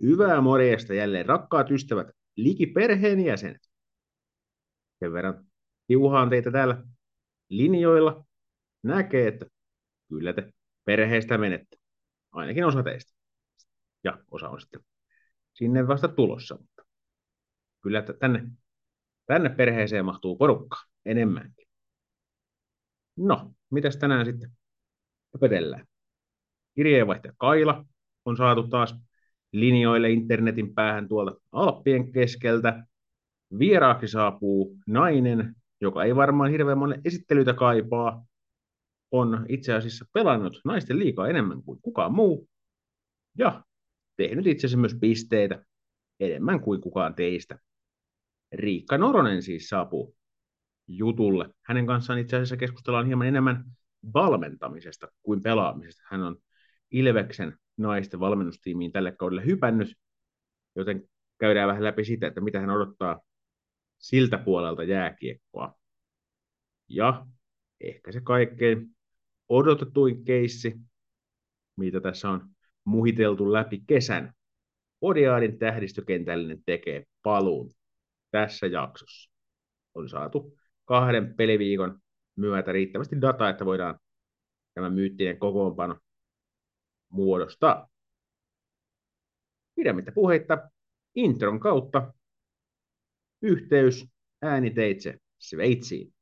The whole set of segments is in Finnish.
Hyvää morjesta jälleen, rakkaat ystävät, liki perheenjäsenet. Sen verran tiuhaan teitä täällä linjoilla. Näkee, että kyllä te perheestä menette. Ainakin osa teistä. Ja osa on sitten sinne vasta tulossa. Mutta kyllä tänne perheeseen mahtuu porukkaa enemmänkin. No, mitäs tänään sitten opetellään? Kirjeenvaihtaja Kaila on saatu taas linjoille internetin päähän tuolta Alppien keskeltä. Vieraaksi saapuu nainen, joka ei varmaan hirveän monen esittelyitä kaipaa, on itse asiassa pelannut naisten liigaa enemmän kuin kukaan muu ja tehnyt itse asiassa myös pisteitä enemmän kuin kukaan teistä. Riikka Noronen siis saapuu jutulle. Hänen kanssaan itse asiassa keskustellaan hieman enemmän valmentamisesta kuin pelaamisesta. Hän on Ilveksen naisten valmennustiimiin tälle kaudelle hypännyt, joten käydään vähän läpi sitä, että mitä hän odottaa siltä puolelta jääkiekkoa. Ja ehkä se kaikkein odotetuin keissi, mitä tässä on muhiteltu läpi kesän. Odiaadin tähdistökentällinen tekee paluun tässä jaksossa. On saatu 2 peliviikon myötä riittävästi dataa, että voidaan tämä myyttinen kokoonpano muodostaa. Pidemmittä puheitta intron kautta yhteys ääniteitse Sveitsiin.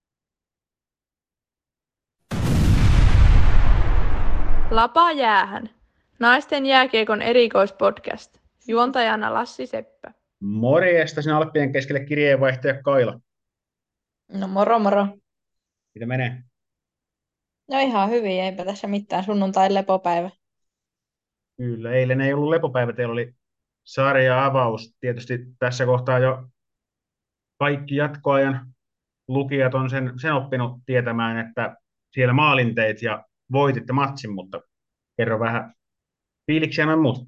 Lapa jäähän. Naisten jääkiekon erikoispodcast. Juontajana Lassi Seppä. Morjesta sinä Alppien keskelle kirjeenvaihtaja Kaila. No moro moro. Mitä menee? No ihan hyvin, eipä tässä mitään. Sunnuntai lepopäivä. Kyllä, eilen ei ollut lepopäivä, teillä oli sarja-avaus. Tietysti tässä kohtaa jo kaikki jatkoajan lukijat on sen oppinut tietämään, että siellä maalin teit ja voititte matsin, mutta kerro vähän fiiliksiä noin muut.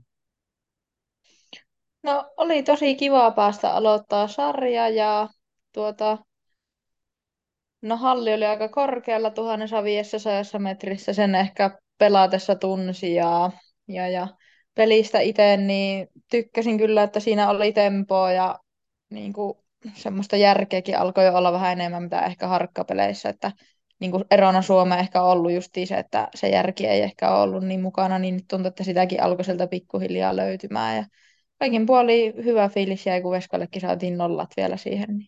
No oli tosi kivaa päästä aloittaa sarja ja tuota, no halli oli aika korkealla 1500 metrissä, sen ehkä pelatessa tunsi ja pelistä itse, niin tykkäsin kyllä, että siinä oli tempoa ja niin kuin, semmoista järkeäkin alkoi jo olla vähän enemmän, mitä ehkä harkkapeleissä, että niin kuin erona Suomeen ehkä on ollut just se, että se järki ei ehkä ole ollut niin mukana, niin nyt tuntuu, että sitäkin alkoi sieltä pikkuhiljaa löytymään ja kaikin puoli hyvä fiilis jäi, kun Veskallekin saatiin nollat vielä siihen. Niin.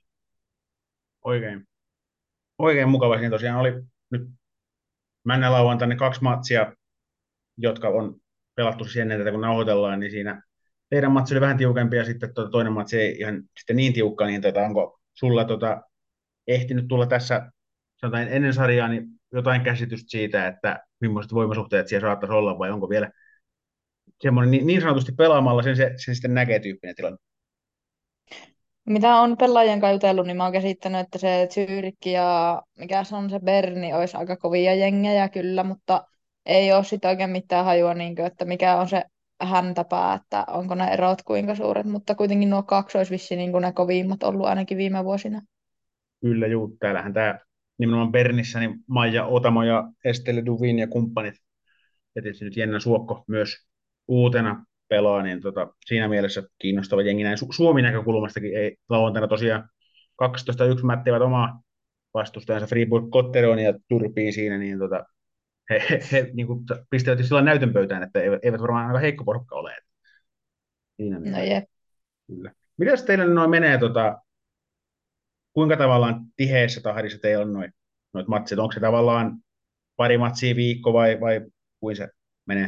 Oikein mukava. Siinä tosiaan oli nyt männä lauantaina 2 matsia, jotka on pelattu siis ennen tätä, kun nauhoitellaan, niin siinä teidän matsi oli vähän tiukempi ja sitten toinen matsi ei ihan sitten niin tiukka, niin onko sulla ehtinyt tulla tässä sanotaan ennen sarjaa niin jotain käsitystä siitä, että millaiset voimasuhteet siellä saattaisi olla, vai onko vielä semmoinen niin sanotusti pelaamalla sen sitten näkee tyyppinen tilanne? Mitä on pelaajien kanssa jutellut, niin mä oon käsittänyt, että se Zürich ja mikä se on se Berni olisi aika kovia jengejä kyllä, mutta ei ole sitten oikein mitään hajua, niin kuin, että mikä on se häntäpää, että onko ne erot kuinka suuret, mutta kuitenkin nuo kaksi olisi vissiin niin kuin ne kovimmat ollut ainakin viime vuosina. Kyllä, juu. Täällähän tämä nimenomaan Bernissä, niin Maija Otamo ja Estelle Duvin ja kumppanit, ja tietysti nyt Jenna Suokko myös uutena pelaa, niin siinä mielessä kiinnostava jengi näin Suomi-näkökulmastakin. Ei lauantaina tosiaan 12-1 mättivät omaa vastustajansa Fribourg Cotteronia turpiin siinä, niin he niin kuin pistivät sillä näytön pöytään, että eivät varmaan aika heikko porukka ole. Siinä No mielessä. jep. Kyllä. Mitäs teille noin menee, kuinka tavallaan tiheässä tahdissa teillä on noit matsit? Onko se tavallaan pari matsia viikko vai kuin se menee?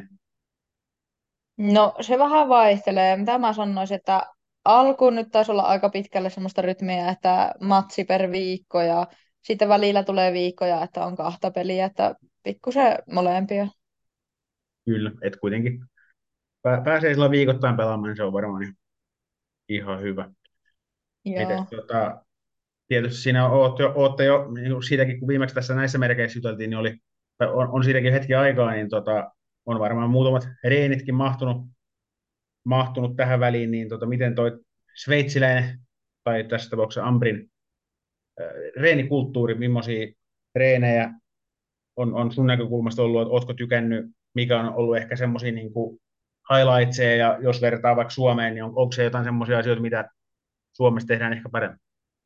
No se vähän vaihtelee. Mitä mä sanoisin, että alkuun nyt taisi olla aika pitkälle semmoista rytmiä, että matsi per viikko ja sitten välillä tulee viikkoja, että on 2 peliä, että pikkusen molempia. Kyllä, et kuitenkin pääsee sillä viikoittain pelaamaan, niin se on varmaan ihan hyvä. Mites, Joo. tietysti siinä ootte jo niin kuin siitäkin, kun viimeksi tässä näissä merkeissä juteltiin, niin on siitäkin hetki aikaa, niin on varmaan muutamat reenitkin mahtunut tähän väliin, niin miten toi sveitsiläinen, tai tässä tapauksessa Ambrin reenikulttuuri, millaisia treenejä on sun näkökulmasta ollut, että ootko tykännyt, mikä on ollut ehkä semmoisia niin kuin highlightseja, ja jos vertaa vaikka Suomeen, niin onko se jotain semmoisia asioita, mitä Suomessa tehdään ehkä paremmin?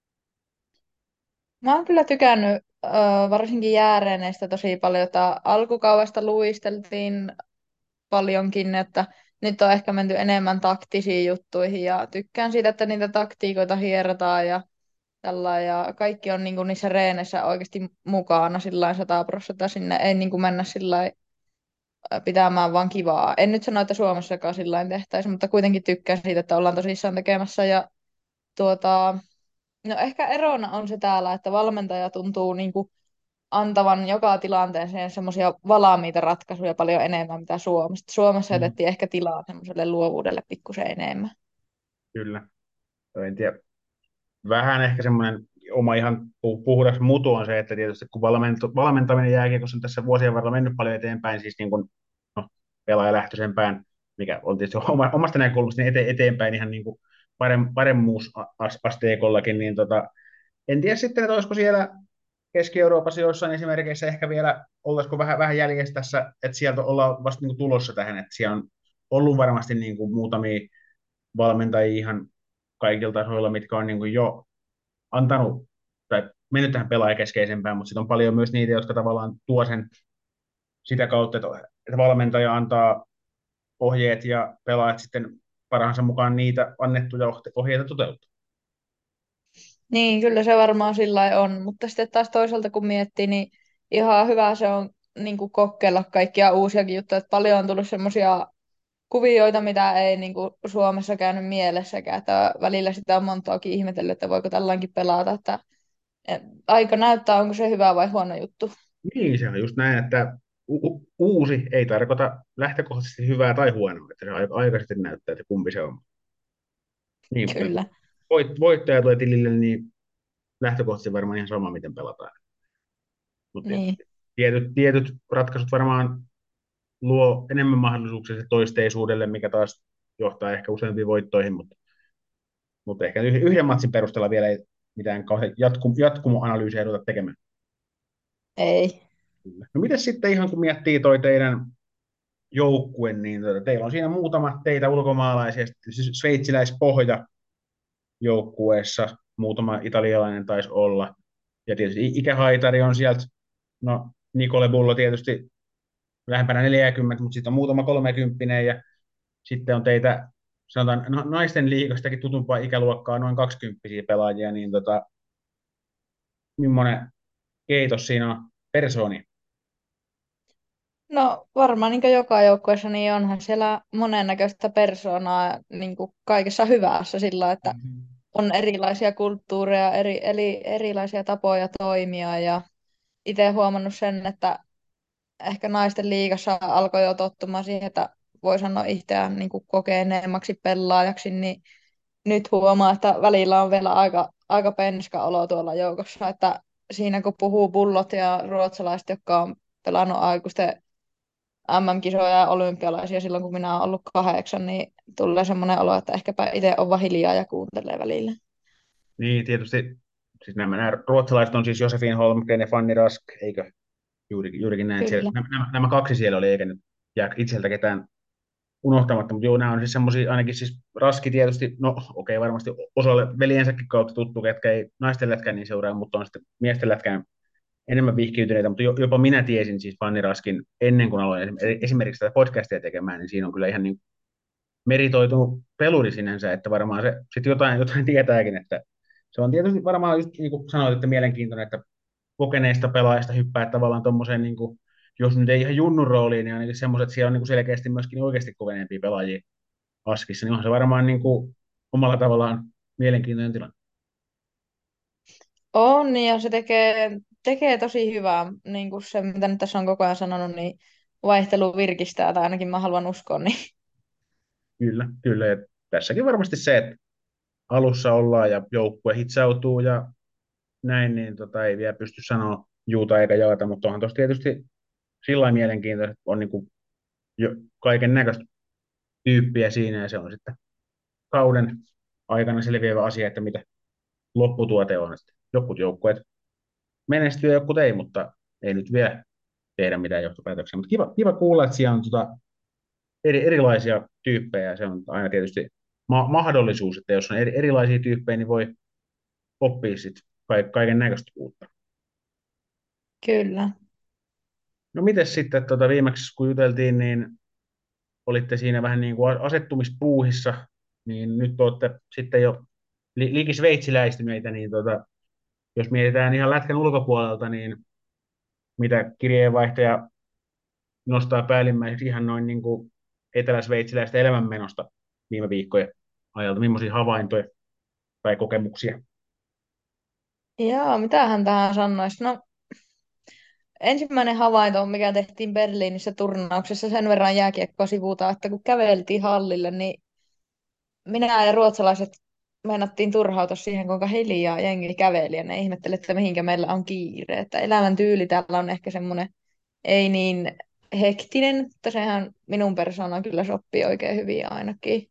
Mä oon kyllä tykännyt varsinkin jääreeneistä tosi paljon, jota alkukaudesta luisteltiin paljonkin, että nyt on ehkä menty enemmän taktisiin juttuihin ja tykkään siitä, että niitä taktiikoita hierotaan ja tällä ja kaikki on niinku niissä reeneissä oikeasti mukana sillä 100%, sinne ei niinku mennä sillä pitämään vaan kivaa. En nyt sano, että Suomessakaan sillä tehtäisiin, mutta kuitenkin tykkään siitä, että ollaan tosissaan tekemässä ja tuota, no ehkä erona on se täällä, että valmentaja tuntuu niinku antavan joka tilanteeseen semmoisia valmiita ratkaisuja paljon enemmän mitä Suomessa. Suomessa Mm. jätettiin ehkä tilaa semmoiselle luovuudelle pikkusen enemmän. Kyllä. En tiedä. Vähän ehkä semmoinen oma ihan puhdas mutu on se, että tietysti kun valmentaminen jääkiekossa on tässä vuosien varrella mennyt paljon eteenpäin, siis niin kuin, no, pelaajalähtöisempään, mikä on tietysti omasta näkökulmasta niin eteenpäin ihan niin kuin paremmuusasteikollakin, niin en tiedä sitten, että olisiko siellä Keski-Euroopassa joissain esimerkiksi ehkä vielä, ollaisiko vähän jäljessä tässä, että sieltä ollaan vasta niin kuin tulossa tähän, että siellä on ollut varmasti niin kuin muutamia valmentajia ihan kaikilla tasoilla, mitkä on niin kuin jo antanut tai mennyt tähän pelaajakeskeisempään, mutta sitten on paljon myös niitä, jotka tavallaan tuo sen sitä kautta, että valmentaja antaa ohjeet ja pelaajat sitten parhaansa mukaan niitä annettuja ohjeita toteuttaa. Niin, kyllä se varmaan sillä lailla on, mutta sitten taas toisaalta kun miettii, niin ihan hyvä se on niin kuin kokeilla kaikkia uusiakin juttuja, että paljon on tullut semmoisia kuvioita, mitä ei niin kuin Suomessa käynyt mielessäkään, että välillä sitä on montaakin ihmetellyt, että voiko tällainkin pelata, että aika näyttää, onko se hyvä vai huono juttu. Niin, se on just näin, että uusi ei tarkoita lähtökohtaisesti hyvää tai huonoa, että se aika sitten näyttää, että kumpi se on. Niin, Kyllä, voittaja tulee tilille, niin lähtökohtaisesti varmaan ihan sama, miten pelataan. Mutta niin. tietyt ratkaisut varmaan luo enemmän mahdollisuuksia se toisteisuudelle, mikä taas johtaa ehkä useampiin voittoihin, mutta ehkä yhden matsin perusteella vielä ei mitään kauhean jatkumoanalyysiä ruveta tekemään. Ei. No miten sitten ihan kun miettii toi teidän joukkue, niin teillä on siinä muutama teitä ulkomaalaisia, siis sveitsiläispohja joukkueessa, muutama italialainen taisi olla, ja tietysti ikähaitari on sieltä, no Nicole Bullo tietysti lähempänä 40, mutta sitten on muutama 30, ja sitten on teitä, sanotaan, naisten liigastakin tutumpaa ikäluokkaa, noin 20 pelaajia, niin millainen keitos siinä on persooni? No varmaan niin kuin joka joukkueessa, niin onhan siellä monennäköistä persoonaa niin kuin kaikessa hyvässä sillä, että on erilaisia kulttuureja, eli erilaisia tapoja toimia ja itse huomannut sen, että ehkä naisten liigassa alkoi jo tottumaan siihen, että voi sanoa itseään niin kuin kokeneemmaksi pelaajaksi, niin nyt huomaa, että välillä on vielä aika penska olo tuolla joukossa, että siinä kun puhuu pullot ja ruotsalaiset, jotka on pelannut aikuisten MM-kisoja ja olympialaisia silloin, kun minä olen ollut 8, niin tulee semmoinen olo, että ehkäpä itse on vaan hiljaa ja kuuntelee välillä. Niin, tietysti, siis nämä ruotsalaiset on siis Josefin Holmgren ja Fanny Rask, eikö? Juurikin näin, että Kyllä. nämä kaksi siellä oli, eikä nyt jää itseltä ketään unohtamatta, mutta joo, nämä on siis semmoisia, ainakin siis Raski tietysti, no okei, varmasti osalle veljensäkin kautta tuttu, ketkä ei naisten lätkään niin seuraa, mutta on sitten miesten lätkään enemmän vihkiytyneitä, mutta jopa minä tiesin siis Fanny Raskin ennen kuin aloin esimerkiksi tätä podcastia tekemään, niin siinä on kyllä ihan niin meritoitunut peluri sinänsä, että varmaan se sitten jotain tietääkin, että se on tietysti varmaan just niin kuin sanoit, että mielenkiintoinen, että kokeneista pelaajista hyppää tavallaan tuommoiseen, niin kuin, jos nyt ei ihan junnun rooliin, niin ainakin semmoiset, että siellä on niin kuin selkeästi myöskin oikeasti kokeneempia pelaajia Askissa, niin onhan se varmaan niin kuin, omalla tavallaan mielenkiintoinen tilanne. On, ja se tekee tosi hyvää, niin kuin se, mitä nyt tässä on koko ajan sanonut, niin vaihtelu virkistää, tai ainakin mä haluan uskoa, niin Kyllä, kyllä. Ja tässäkin varmasti se, että alussa ollaan ja joukkue hitsautuu ja näin, niin ei vielä pysty sanoa juuta eikä jaata, mutta onhan tuossa tietysti sillä lailla mielenkiintoista, että on niin kuin jo kaiken näköistä tyyppiä siinä, ja se on sitten kauden aikana selviävä asia, että mitä lopputuote on. Että jotkut joukkueet menestyy ja jotkut ei, mutta ei nyt vielä tehdä mitään johtopäätöksiä. Mutta kiva kuulla, että siellä on erilaisia tyyppejä. Se on aina tietysti mahdollisuus, että jos on erilaisia tyyppejä, niin voi oppia sitten kaiken näköistä uutta. Kyllä. No miten sitten viimeksi, kun juteltiin, niin olitte siinä vähän niin kuin asettumispuuhissa, niin nyt olette sitten jo liki sveitsiläistyneitä, niin jos mietitään ihan lätkän ulkopuolelta, niin mitä kirjeenvaihtaja nostaa päällimmäiseksi ihan noin niin kuin eteläsveitsiläistä elämänmenosta viime viikkojen ajalta, millaisia havaintoja tai kokemuksia? Joo, mitähän tähän sanoisi? No, ensimmäinen havainto, mikä tehtiin Berliinissä turnauksessa, sen verran jääkiekkoa sivutaan, että kun käveltiin hallille, niin minä ja ruotsalaiset meinattiin turhautua siihen, kuinka hiljaa jengi käveli, ja ne ihmetteli, että mihinkä meillä on kiire. Että elämäntyyli täällä on ehkä semmoinen ei niin hektinen, mutta sehän minun persoonaan kyllä sopii oikein hyvin ainakin.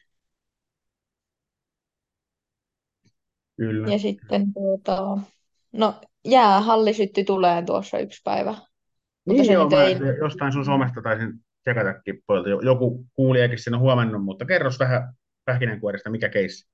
Kyllä. Ja sitten no jäähalli syttyi tuleen tuossa yksi päivä, mutta Niin se joo, nyt mä ei. jostain sun somesta taisin tsekatakin puolelta. Joku kuulijakin sen on huomannut, mutta kerros vähän pähkinänkuoresta, mikä keissi.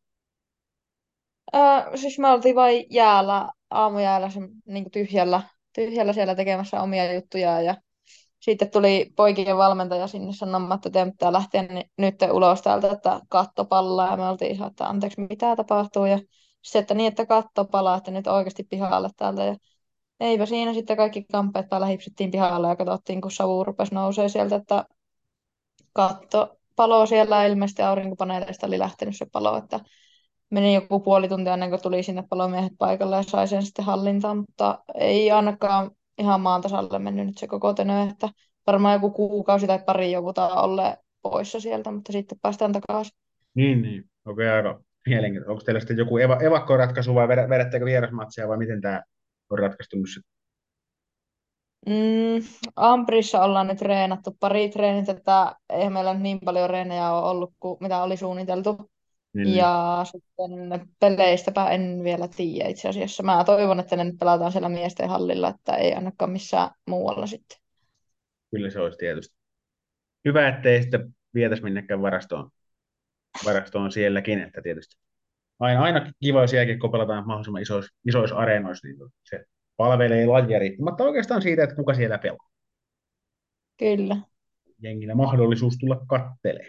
Siis me oltiin vain jäällä, aamujäällä, niin tyhjällä siellä tekemässä omia juttuja ja sitten tuli poikien valmentaja sinne sanomaan, että teidän pitää lähteä nyt ulos täältä, että katto palaa ja me oltiin ihan, että anteeksi, mitä tapahtuu ja sitten, että niin, että katto palaa, että nyt oikeasti pihalle täältä ja eipä siinä sitten kaikki kamppeet päällä hipsittiin pihalle ja katsottiin, kun savu rupesi nousee sieltä, että katto palo siellä ilmeisesti aurinkopaneeleista oli lähtenyt se palo, että meni joku puoli tuntia ennen kuin tuli sinne palomiehet paikalle ja sai sen sitten hallintaan, mutta ei ainakaan ihan maan tasalle mennyt nyt se koko tönö, että varmaan joku kuukausi tai pari joudutaan olleen poissa sieltä, mutta sitten päästään takaisin. Niin. Okei, aika mielenkiintoista. Onko teillä sitten joku evakkoratkaisu vai vedättekö vierasmatsia vai miten tämä on ratkaistu nyt sitten? Mm, Ambrissa ollaan nyt treenattu pari treenit, että eihän meillä nyt niin paljon reenejä ole ollut kuin mitä oli suunniteltu. Niin. Ja sitten peleistäpä en vielä tiedä itse asiassa. Mä toivon, että ne nyt pelataan siellä miesten hallilla, että ei ainakaan missään muualla sitten. Kyllä se olisi tietysti. Hyvä, ettei sitten vietäisi minnekään varastoon sielläkin, että tietysti. Aina kiva, jos jääkiekko pelataan mahdollisimman isoissa areenoissa, niin se palvelee lajia riippumatta oikeastaan siitä, että kuka siellä pelaa. Kyllä. Jengillä mahdollisuus tulla kattelee.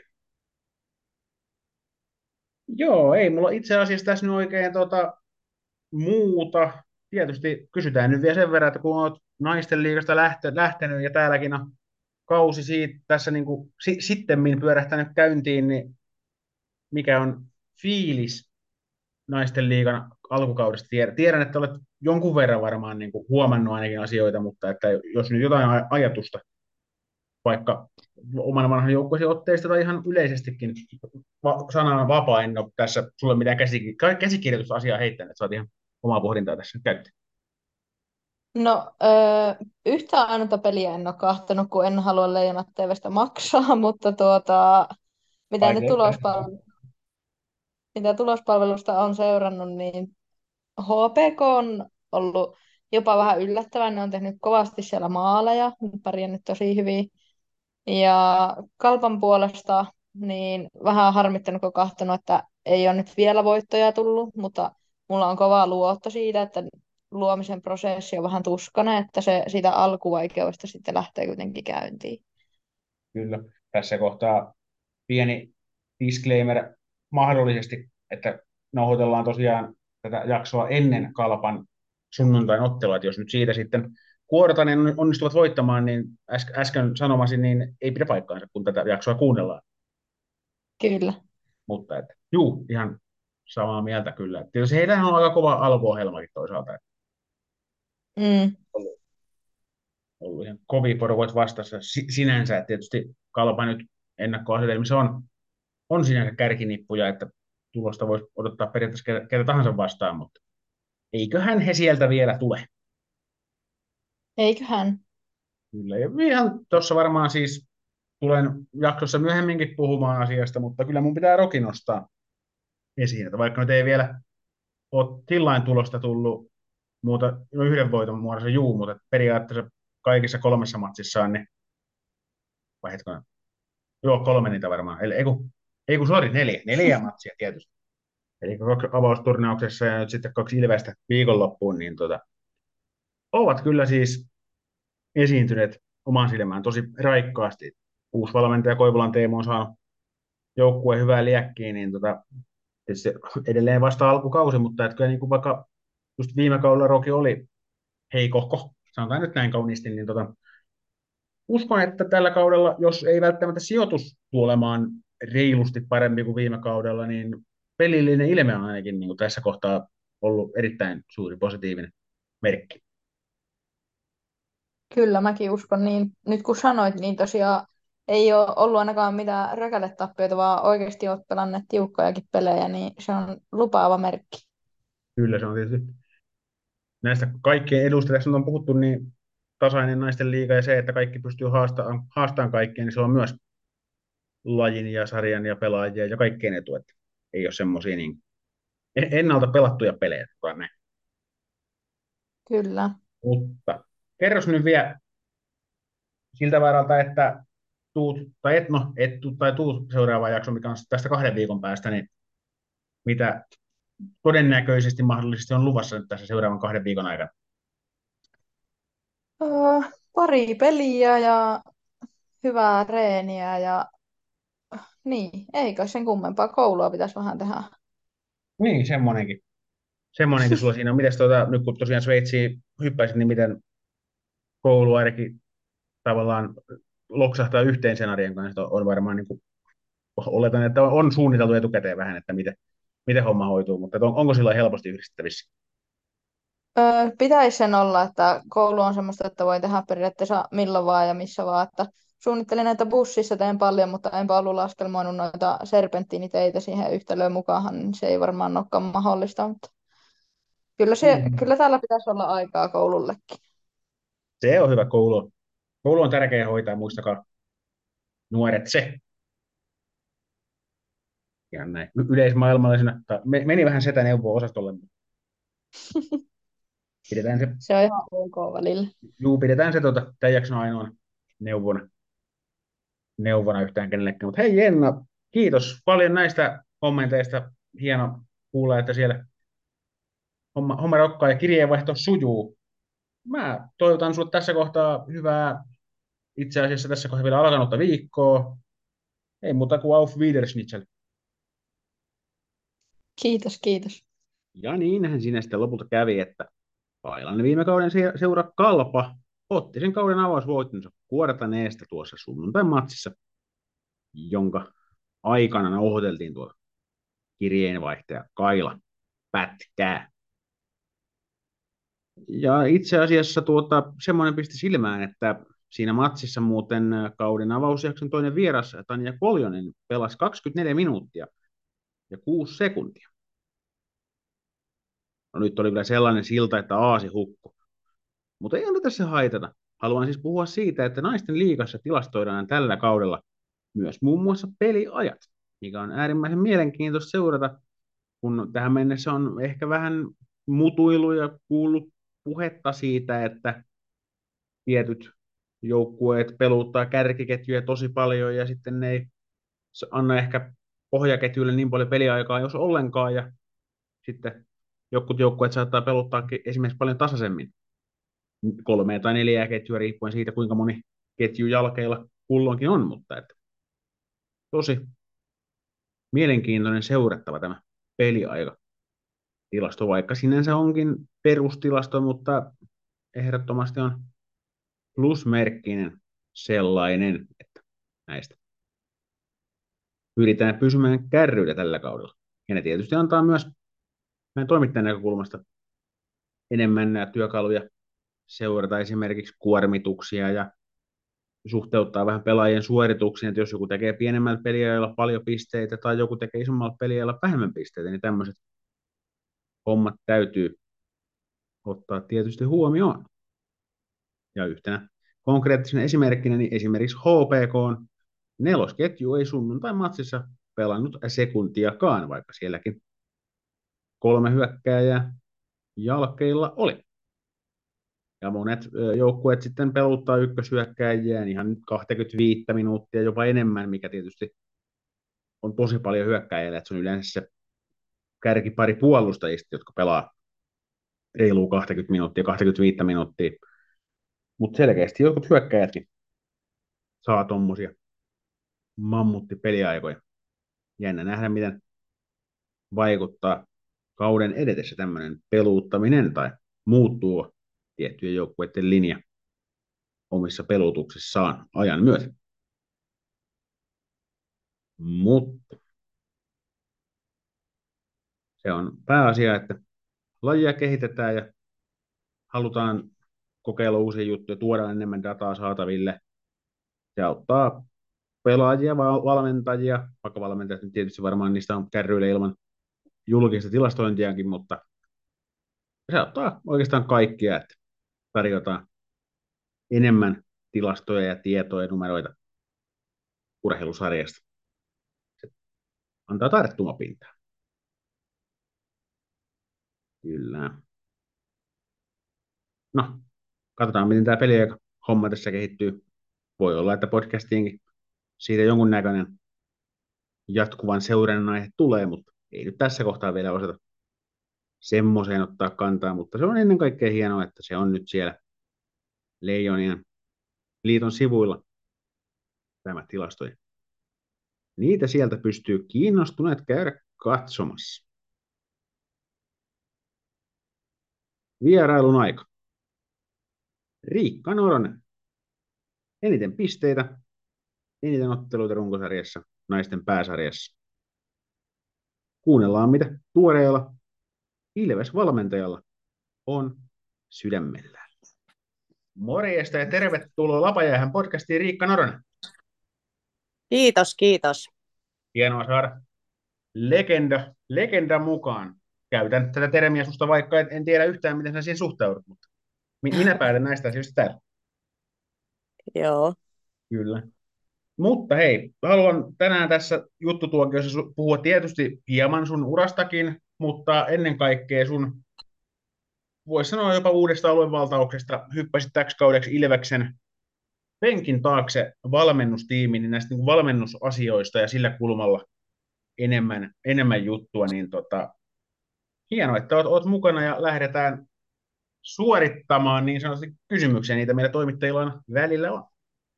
Joo, ei mulla itse asiassa tässä nyt oikein muuta. Tietysti kysytään nyt vielä sen verran, että kun olet naisten liigasta lähtenyt ja täälläkin on kausi siitä tässä niin kuin sittemmin pyörähtänyt käyntiin, niin mikä on fiilis naisten liigan alkukaudesta? Tiedän, että olet jonkun verran varmaan niin kuin huomannut ainakin asioita, mutta että jos nyt jotain ajatusta vaikka oman vanhan joukkueesi otteista tai ihan yleisestikin sanana vapaa, en ole tässä sulle mitään käsikirjoitusasiaa heittänyt, että saat ihan omaa pohdintaa tässä nyt käyttää. No, yhtä ainoata peliä en ole kahtanut, kun en halua Leijonat TVstä maksaa, mutta mitä nyt mitä tulospalvelusta on seurannut, niin HPK on ollut jopa vähän yllättävän. Ne on tehnyt kovasti siellä maaleja, pärjännyt tosi hyvin. Ja Kalpan puolesta niin vähän harmittanut, kun katsonut, että ei ole nyt vielä voittoja tullut, mutta mulla on kova luotto siitä, että luomisen prosessi on vähän tuskainen, että se siitä alkuvaikeudesta sitten lähtee kuitenkin käyntiin. Kyllä. Tässä kohtaa pieni disclaimer mahdollisesti, että nauhoitellaan tosiaan tätä jaksoa ennen Kalpan sunnuntain ottelua, että jos nyt siitä sitten Kuortanen onnistuvat voittamaan, niin äsken sanomasi, niin ei pidä paikkaansa, kun tätä jaksoa kuunnellaan. Kyllä. Mutta että, ihan samaa mieltä kyllä. Tietysti heillähän on aika kova alkuohjelmakin toisaalta. Että Mm, ollut ihan kovia porukoita vastassa sinänsä. Että tietysti Kalpa nyt ennakkoasetelmissa on sinänsä kärkinippuja, että tulosta voisi odottaa periaatteessa ketä tahansa vastaan, mutta eiköhän he sieltä vielä tule. eiköhän. Kyllä, ja ihan tuossa varmaan siis tulen jaksossa myöhemminkin puhumaan asiasta, mutta kyllä mun pitää Roki nostaa esiin, että vaikka nyt ei vielä ole tillain tulosta tullut muuta yhden voiton muodossa mutta periaatteessa kaikissa kolmessa matsissaan, niin vai hetkinen, Joo, 3 niitä varmaan. Eli, ei kun sori, 4. 4 matsia tietysti. Eli 2 avausturnauksessa ja nyt sitten 2 Ilvestä viikonloppuun, niin ovat kyllä siis esiintyneet oman silmään tosi raikkaasti. Uusi valmentaja Koivulan Teemu on saanut joukkueen hyvää liekkiä, niin se edelleen vasta alkukausi, mutta että kyllä niin kuin vaikka just viime kaudella Roki oli heikohko, sanotaan nyt näin kauniisti, niin uskon, että tällä kaudella, jos ei välttämättä sijoitus tule olemaan reilusti parempi kuin viime kaudella, niin pelillinen ilme on ainakin niin kuin tässä kohtaa ollut erittäin suuri positiivinen merkki. Kyllä, mäkin uskon niin. Nyt kun sanoit, niin tosiaan ei ole ollut ainakaan mitään räkäletappioita, vaan oikeasti olet pelanneet tiukkojakin pelejä, niin se on lupaava merkki. Kyllä se on tietysti näistä kaikkien edustajista on puhuttu, niin tasainen naisten liiga ja se, että kaikki pystyy haastamaan kaikkea, niin se on myös lajin ja sarjan ja pelaajia ja kaikkien etu, että ei ole semmoisia niin ennalta pelattuja pelejä. Näin. Kyllä. Mutta kerros nyt vielä siltä varalta, että tuut, tai et, no, et tuu, tai tuut seuraavaan jaksoon, mikä on tästä 2 viikon päästä, niin mitä todennäköisesti mahdollisesti on luvassa nyt tässä seuraavan 2 viikon aikana? Pari peliä ja hyvää reeniä ja niin, eikö sen kummempaa koulua pitäisi vähän tehdä. Niin, semmoinenkin. Semmoinenkin sulla siinä on. Mites nyt kun tosiaan Sveitsiin hyppäisit, niin miten koulu ainakin tavallaan loksahtaa yhteen sen arjen kanssa, on varmaan niin kuin, oletan, että on suunniteltu etukäteen vähän, että miten homma hoituu, mutta onko sillä helposti yhdistettävissä? Pitäisi sen olla, että koulu on semmoista, että voi tehdä periaatteessa milloin vaan ja missä vaan. Että suunnittelin näitä bussissa, teen paljon, mutta enpä ollut laskelmoinut noita serpenttiiniteitä siihen yhtälöön mukaan, niin se ei varmaan olekaan mahdollista. Mutta Mm. kyllä täällä pitäisi olla aikaa koulullekin. Se on hyvä koulu. Koulu on tärkeä hoitaa, muistakaa nuoret se. Ja näin. Yleismaailmallisena, meni vähän setäneuvoa osastolle, mutta pidetään se, Se on ihan ok välillä. pidetään se tämän jakson ainoana neuvona, neuvona yhtään kenellekään. Mutta hei Jenna, kiitos paljon näistä kommenteista. Hieno kuulla, että siellä homma rokkaa ja kirjeenvaihto sujuu. Mä toivotan sinulle tässä kohtaa hyvää, itse asiassa tässä kohtaa vielä alkanutta viikkoa. Ei muuta kuin auf Wiedersehen. Kiitos, kiitos. Ja niinhän siinä sitten lopulta kävi, että Pailan viime kauden seura Kalpa otti sen kauden avausvoittonsa Kuortaneesta tuossa sunnuntai-matsissa, jonka aikana nauhoiteltiin tuota kirjeenvaihtaja Kaila pätkää. Ja itse asiassa semmoinen pisti silmään, että siinä matsissa muuten kauden avausjakson toinen vieras Tanja Koljonen pelasi 24 minuuttia ja 6 sekuntia. No nyt oli kyllä sellainen silta, että aasi hukku. Mutta ei anta tässä haitata. Haluan siis puhua siitä, että naisten liigassa tilastoidaan tällä kaudella myös muun muassa peliajat, mikä on äärimmäisen mielenkiintoista seurata, kun tähän mennessä on ehkä vähän mutuilu ja kuullut puhetta siitä, että tietyt joukkueet peluuttaa kärkiketjuja tosi paljon ja sitten ne ei anna ehkä pohjaketjuille niin paljon peliaikaa, jos ollenkaan, ja sitten jotkut joukkueet saattaa peluttaa esimerkiksi paljon tasaisemmin 3 tai 4 ketjua riippuen siitä, kuinka moni ketju jalkeilla kulloinkin on, mutta että tosi mielenkiintoinen seurattava tämä peliaika tilasto, vaikka sinänsä onkin perustilasto, mutta ehdottomasti on plusmerkkinen sellainen, että näistä pyritään pysymään kärryillä tällä kaudella. Ja ne tietysti antaa myös näin toimittajan näkökulmasta enemmän työkaluja seurata esimerkiksi kuormituksia ja suhteuttaa vähän pelaajien suorituksiin, että jos joku tekee pienemmällä peliajalla paljon pisteitä tai joku tekee isommalla peliajalla vähemmän pisteitä, niin tämmöiset hommat täytyy ottaa tietysti huomioon. Ja yhtenä konkreettisena esimerkkinä, niin esimerkiksi HPK nelosketju ei sunnuntai-matsissa pelannut sekuntiakaan, vaikka sielläkin 3 hyökkääjää jalkeilla oli. Ja monet joukkueet sitten peluttaa ykköshyökkääjiä ihan 25 minuuttia, jopa enemmän, mikä tietysti on tosi paljon hyökkääjille, että se on yleensä se kärkipari puolustajista, jotka pelaa reilua 20 minuuttia, 25 minuuttia. Mutta selkeästi jotkut hyökkäjätkin saa tuommoisia mammuttipeliaikoja. Jännä nähdä, miten vaikuttaa kauden edetessä tämmöinen peluuttaminen tai muuttuu tiettyjen joukkueiden linja omissa pelutuksissaan ajan myötä. Mutta se on pääasia, että lajia kehitetään ja halutaan kokeilla uusia juttuja, tuoda enemmän dataa saataville. Se auttaa pelaajia, valmentajia, vaikka valmentajat tietysti varmaan niistä on kärryillä ilman julkista tilastointiakin, mutta se auttaa oikeastaan kaikkia, että tarjotaan enemmän tilastoja ja tietoja ja numeroita urheilusarjasta. Se antaa tarttumapintaa. Kyllä. No, katsotaan, miten tämä peliaika homma tässä kehittyy. Voi olla, että podcastiinkin siitä jonkunnäköinen jatkuvan seurannan aihe tulee, mutta ei nyt tässä kohtaa vielä osata semmoiseen ottaa kantaa, mutta se on ennen kaikkea hienoa, että se on nyt siellä Leijonien liiton sivuilla tämä tilastoja. Niitä sieltä pystyy kiinnostuneet käydä katsomassa. Vierailun aika. Riikka Noronen. Eniten pisteitä, eniten otteluita runkosarjassa, naisten pääsarjassa. Kuunnellaan, mitä tuoreella Ilves-valmentajalla on sydämellään. Morjesta ja tervetuloa Lapajäähän podcastiin, Riikka Noronen. Kiitos, kiitos. Hienoa saada legenda mukaan. Käytän tätä termiä susta, vaikka en tiedä yhtään, miten sinä siihen suhtaudut, mutta minä päätän näistä asioista täällä. Joo. Kyllä. Mutta hei, haluan tänään tässä juttutuokiossa puhua tietysti hieman sun urastakin, mutta ennen kaikkea sun, voisi sanoa jopa uudesta aluevaltauksesta, hyppäsit täksi kaudeksi Ilveksen penkin taakse valmennustiimiin, niin näistä niin kuin valmennusasioista ja sillä kulmalla enemmän juttua, niin hienoa, että oot mukana ja lähdetään suorittamaan niin sanotusti kysymyksiä, niitä meillä toimittajilla on välillä on.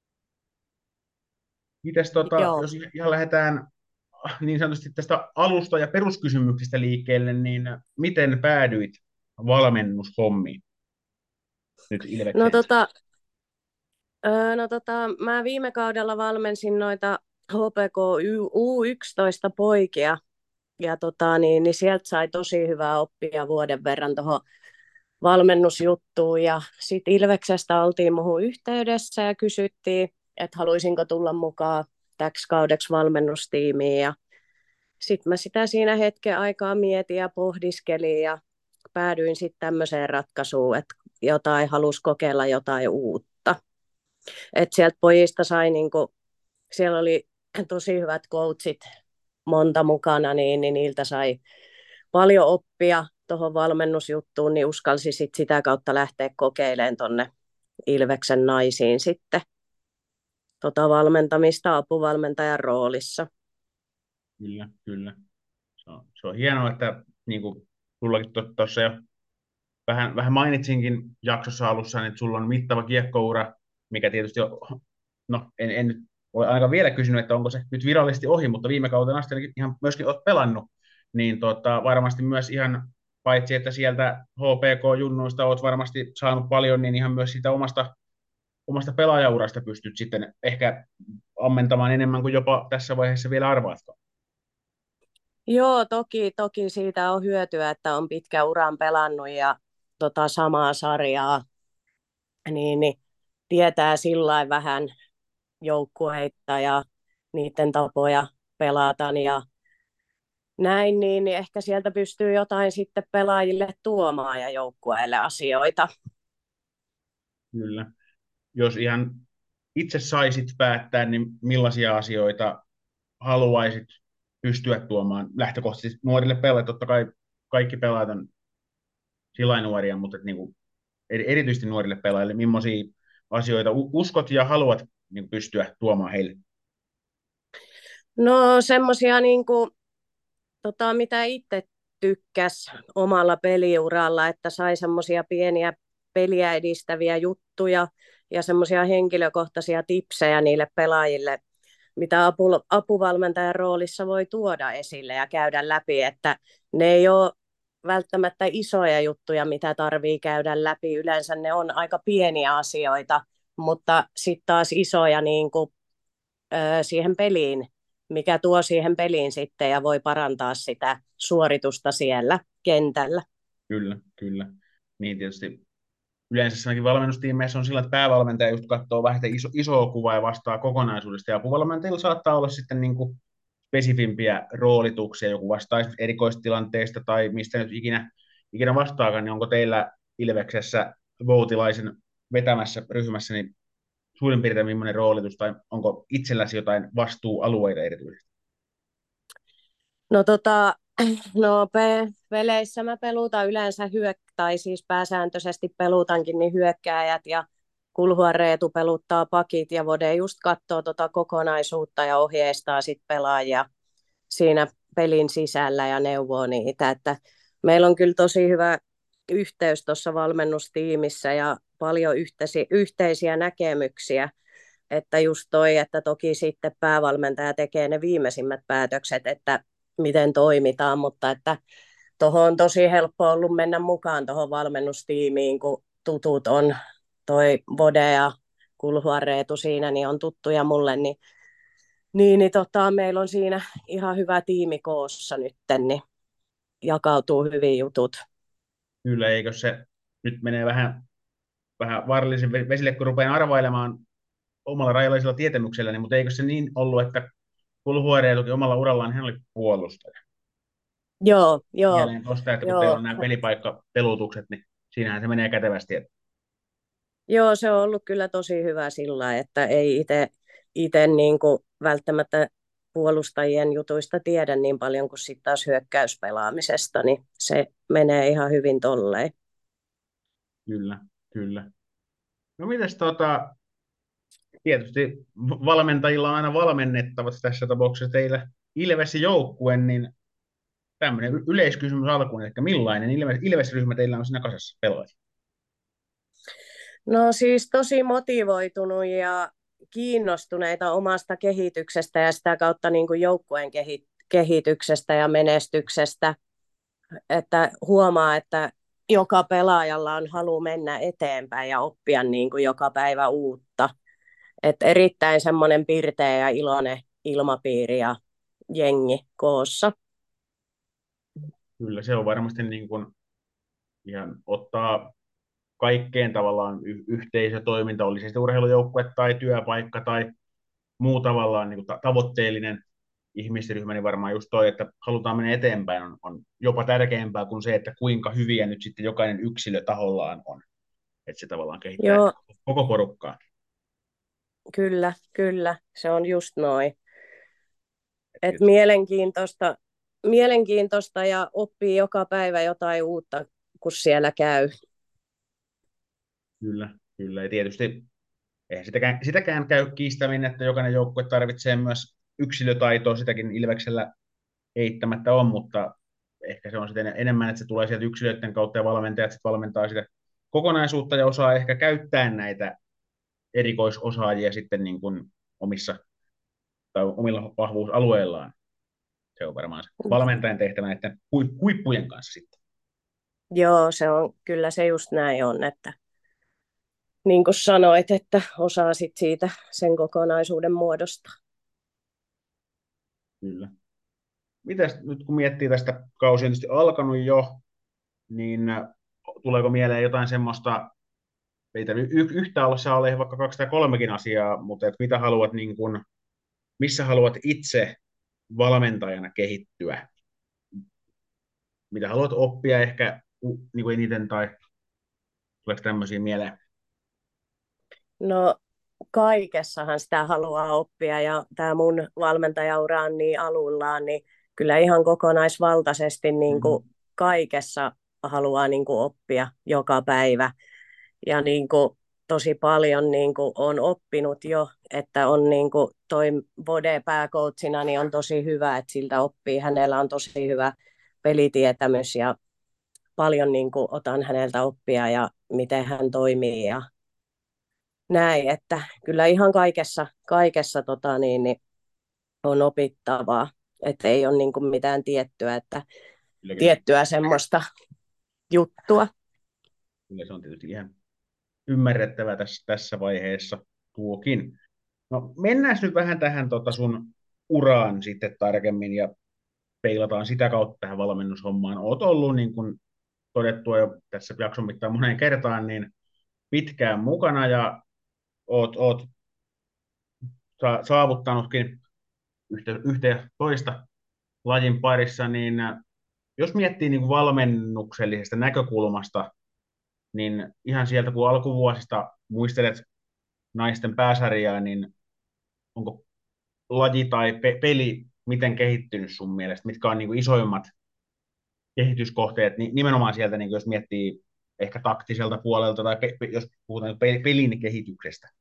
Mites Joo. jos ihan lähdetään niin sanotusti tästä alusta ja peruskysymyksistä liikkeelle, niin miten päädyit valmennushommiin nyt Ilvekseen? Mä viime kaudella valmensin noita HPK U11 poikia, ja niin sieltä sai tosi hyvää oppia vuoden verran tuohon valmennusjuttuun, ja sitten Ilveksestä oltiin muuhun yhteydessä ja kysyttiin, että haluaisinko tulla mukaan täksi kaudeksi valmennustiimiin, ja sitten mä sitä siinä hetken aikaa mietin ja pohdiskelin ja päädyin sitten tämmöiseen ratkaisuun, että jotain halusi kokeilla jotain uutta. Et sieltä pojista sai, siellä oli tosi hyvät coachit monta mukana, niin niiltä sai paljon oppia tuohon valmennusjuttuun, niin uskalsi sitä kautta lähteä kokeilemaan tuonne Ilveksen naisiin sitten valmentamista apuvalmentajan roolissa. Kyllä. Se on hienoa, että niin kuin sullakin tuossa jo vähän mainitsinkin jaksossa alussa, että sulla on mittava kiekkoura, mikä tietysti en nyt ole aika vielä kysynyt, että onko se nyt virallisesti ohi, mutta viime kauden asti ihan myöskin olet pelannut, niin varmasti myös ihan paitsi, että sieltä HPK-junnuista olet varmasti saanut paljon, niin ihan myös sitä omasta pelaajaurasta pystyt sitten ehkä ammentamaan enemmän kuin jopa tässä vaiheessa vielä arvaatko. Joo, toki siitä on hyötyä, että on pitkä uran pelannut ja samaa sarjaa, niin tietää sillä vähän joukkueita ja niiden tapoja pelata ja näin, niin ehkä sieltä pystyy jotain sitten pelaajille tuomaan ja joukkueille asioita. Kyllä. Jos ihan itse saisit päättää, niin millaisia asioita haluaisit pystyä tuomaan lähtökohtaisesti nuorille pelaajille? Totta kai kaikki pelaajat on sillä nuoria, mutta niin kuin erityisesti nuorille pelaajille, millaisia asioita uskot ja haluat niin pystyä tuomaan heille? No semmoisia niinku, mitä itse tykkäs omalla peliuralla, että sai semmoisia pieniä peliä edistäviä juttuja ja semmoisia henkilökohtaisia tipsejä niille pelaajille, mitä apuvalmentajan roolissa voi tuoda esille ja käydä läpi, että ne ei ole välttämättä isoja juttuja, mitä tarvii käydä läpi. Yleensä ne on aika pieniä asioita, mutta sitten taas isoja niin kuin, siihen peliin, mikä tuo siihen peliin sitten ja voi parantaa sitä suoritusta siellä kentällä. Kyllä, kyllä. Niin tietysti yleensä siinäkin valmennustiimeissä on sillä, että päävalmentaja just katsoo vähän sitä isoa kuvaa ja vastaa kokonaisuudesta, ja apuvalmentajilla saattaa olla sitten niin kuin spesifimpiä roolituksia, joku vastaa erikoistilanteesta tai mistä nyt ikinä vastaakaan, niin onko teillä Ilveksessä Voutilaisen vetämässä ryhmässä niin suurin piirtein millainen roolitus, tai onko itselläsi jotain vastuualueita erityisesti? No, peleissä mä pelutan yleensä tai siis pääsääntöisesti pelutankin niin hyökkääjät ja Kulhua Reetu peluttaa pakit ja Vode just katsoo kokonaisuutta ja ohjeistaa sit pelaajia siinä pelin sisällä ja neuvoo niitä, että meillä on kyllä tosi hyvä yhteys tuossa valmennustiimissä ja paljon yhteisiä näkemyksiä, että just toi, että toki sitten päävalmentaja tekee ne viimeisimmät päätökset, että miten toimitaan, mutta että tuohon on tosi helppo ollut mennä mukaan tuohon valmennustiimiin, kun tutut on toi Vode ja Kulhua Reetu siinä, niin on tuttuja mulle, meillä on siinä ihan hyvä tiimi koossa nytten, niin jakautuu hyvin jutut. Kyllä, eikö se nyt menee vähän vaarallisen vesille, kun rupean arvailemaan omalla rajallisella tietämyksellä, mutta eikö se niin ollut, että Kulhua Reetukin omalla urallaan hän oli puolustaja? Joo. Mieleen tuosta, että kun teillä on nämä pelipaikkapelutukset, niin siinähän se menee kätevästi. Joo, se on ollut kyllä tosi hyvä sillä, että ei itse niin kuin välttämättä puolustajien jutuista tiedä niin paljon kuin sitten taas hyökkäyspelaamisesta, niin se menee ihan hyvin tolleen. Kyllä, kyllä. No mites tietysti valmentajilla on aina valmennettavat tässä tapauksessa teillä Ilves-joukkue, niin tämmöinen yleiskysymys alkuun, että millainen Ilves-ryhmä teillä on siinä kasassa pelaajia? No siis tosi motivoitunut ja kiinnostuneita omasta kehityksestä ja sitä kautta niin kuin joukkueen kehityksestä ja menestyksestä, että huomaa, että joka pelaajalla on halu mennä eteenpäin ja oppia niin kuin joka päivä uutta. Että erittäin semmoinen pirteä ja iloinen ilmapiiri ja jengi koossa. Kyllä se on varmasti niin kuin ihan ottaa kaikkeen tavallaan yhteisötoiminta, oli se sitten urheilujoukkue tai työpaikka tai muu tavallaan niin kuin tavoitteellinen ihmisryhmä, niin varmaan just toi, että halutaan mennä eteenpäin, on jopa tärkeämpää kuin se, että kuinka hyviä nyt sitten jokainen yksilö tahollaan on. Että se tavallaan kehittää Joo, koko porukkaa. kyllä, se on just noin. Et Kyllä. mielenkiintoista ja oppii joka päivä jotain uutta, kun siellä käy. Kyllä, kyllä. Ja tietysti eihän sitäkään käy kiistäminen, että jokainen joukkue tarvitsee myös yksilötaitoa, sitäkin Ilveksellä eittämättä on, mutta ehkä se on sitten enemmän, että se tulee sieltä yksilöiden kautta ja valmentajat sitten valmentaa sitä kokonaisuutta ja osaa ehkä käyttää näitä erikoisosaajia sitten niin kuin omilla vahvuusalueillaan. Se on varmaan se valmentajan tehtävä näiden huippujen kanssa sitten. Joo, kyllä se just näin on, että niin kuin sanoit, että osaa sit siitä sen kokonaisuuden muodostaa. Kyllä. Mitäs nyt kun miettii tästä, kausi on tietysti alkanut jo, niin tuleeko mieleen jotain semmoista, ei tarvitse yhtä ole vaikka 2 tai 3 asiaa, mutta että mitä haluat, niin kun, missä haluat itse valmentajana kehittyä? Mitä haluat oppia ehkä niin kuin eniten, tai tuleeko tämmöisiä mieleen? No kaikessahan sitä haluaa oppia ja tämä mun valmentajaura on niin aluillaan, niin kyllä ihan kokonaisvaltaisesti niin kuin kaikessa haluaa niin kuin oppia joka päivä. ja niin kuin tosi paljon niin kuin on oppinut jo, että on niin kuin toi Bode pääcoachina niin on tosi hyvä, että siltä oppii. Hänellä on tosi hyvä pelitietämys ja paljon niin kuin otan häneltä oppia ja miten hän toimii ja näin, että kyllä ihan kaikessa niin on opittavaa, että ei ole niin kuin mitään tiettyä, että Kyllä, kyllä. tiettyä semmoista juttua. Kyllä se on tietysti ihan ymmärrettävä tässä vaiheessa tuokin. No mennään nyt vähän tähän sun uraan sitten tarkemmin ja peilataan sitä kautta tähän valmennushommaan. Oot ollut, niin kuin todettua jo tässä jakson mittaan moneen kertaan, niin pitkään mukana ja oot saavuttanutkin yhtä ja toista lajin parissa, niin jos miettii niin kuin valmennuksellisesta näkökulmasta, niin ihan sieltä kun alkuvuosista muistelet naisten pääsarjaa, niin onko laji tai peli miten kehittynyt sun mielestä? Mitkä on niin kuin isoimmat kehityskohteet, niin nimenomaan sieltä, niin jos miettii ehkä taktiselta puolelta tai jos puhutaan pelin kehityksestä?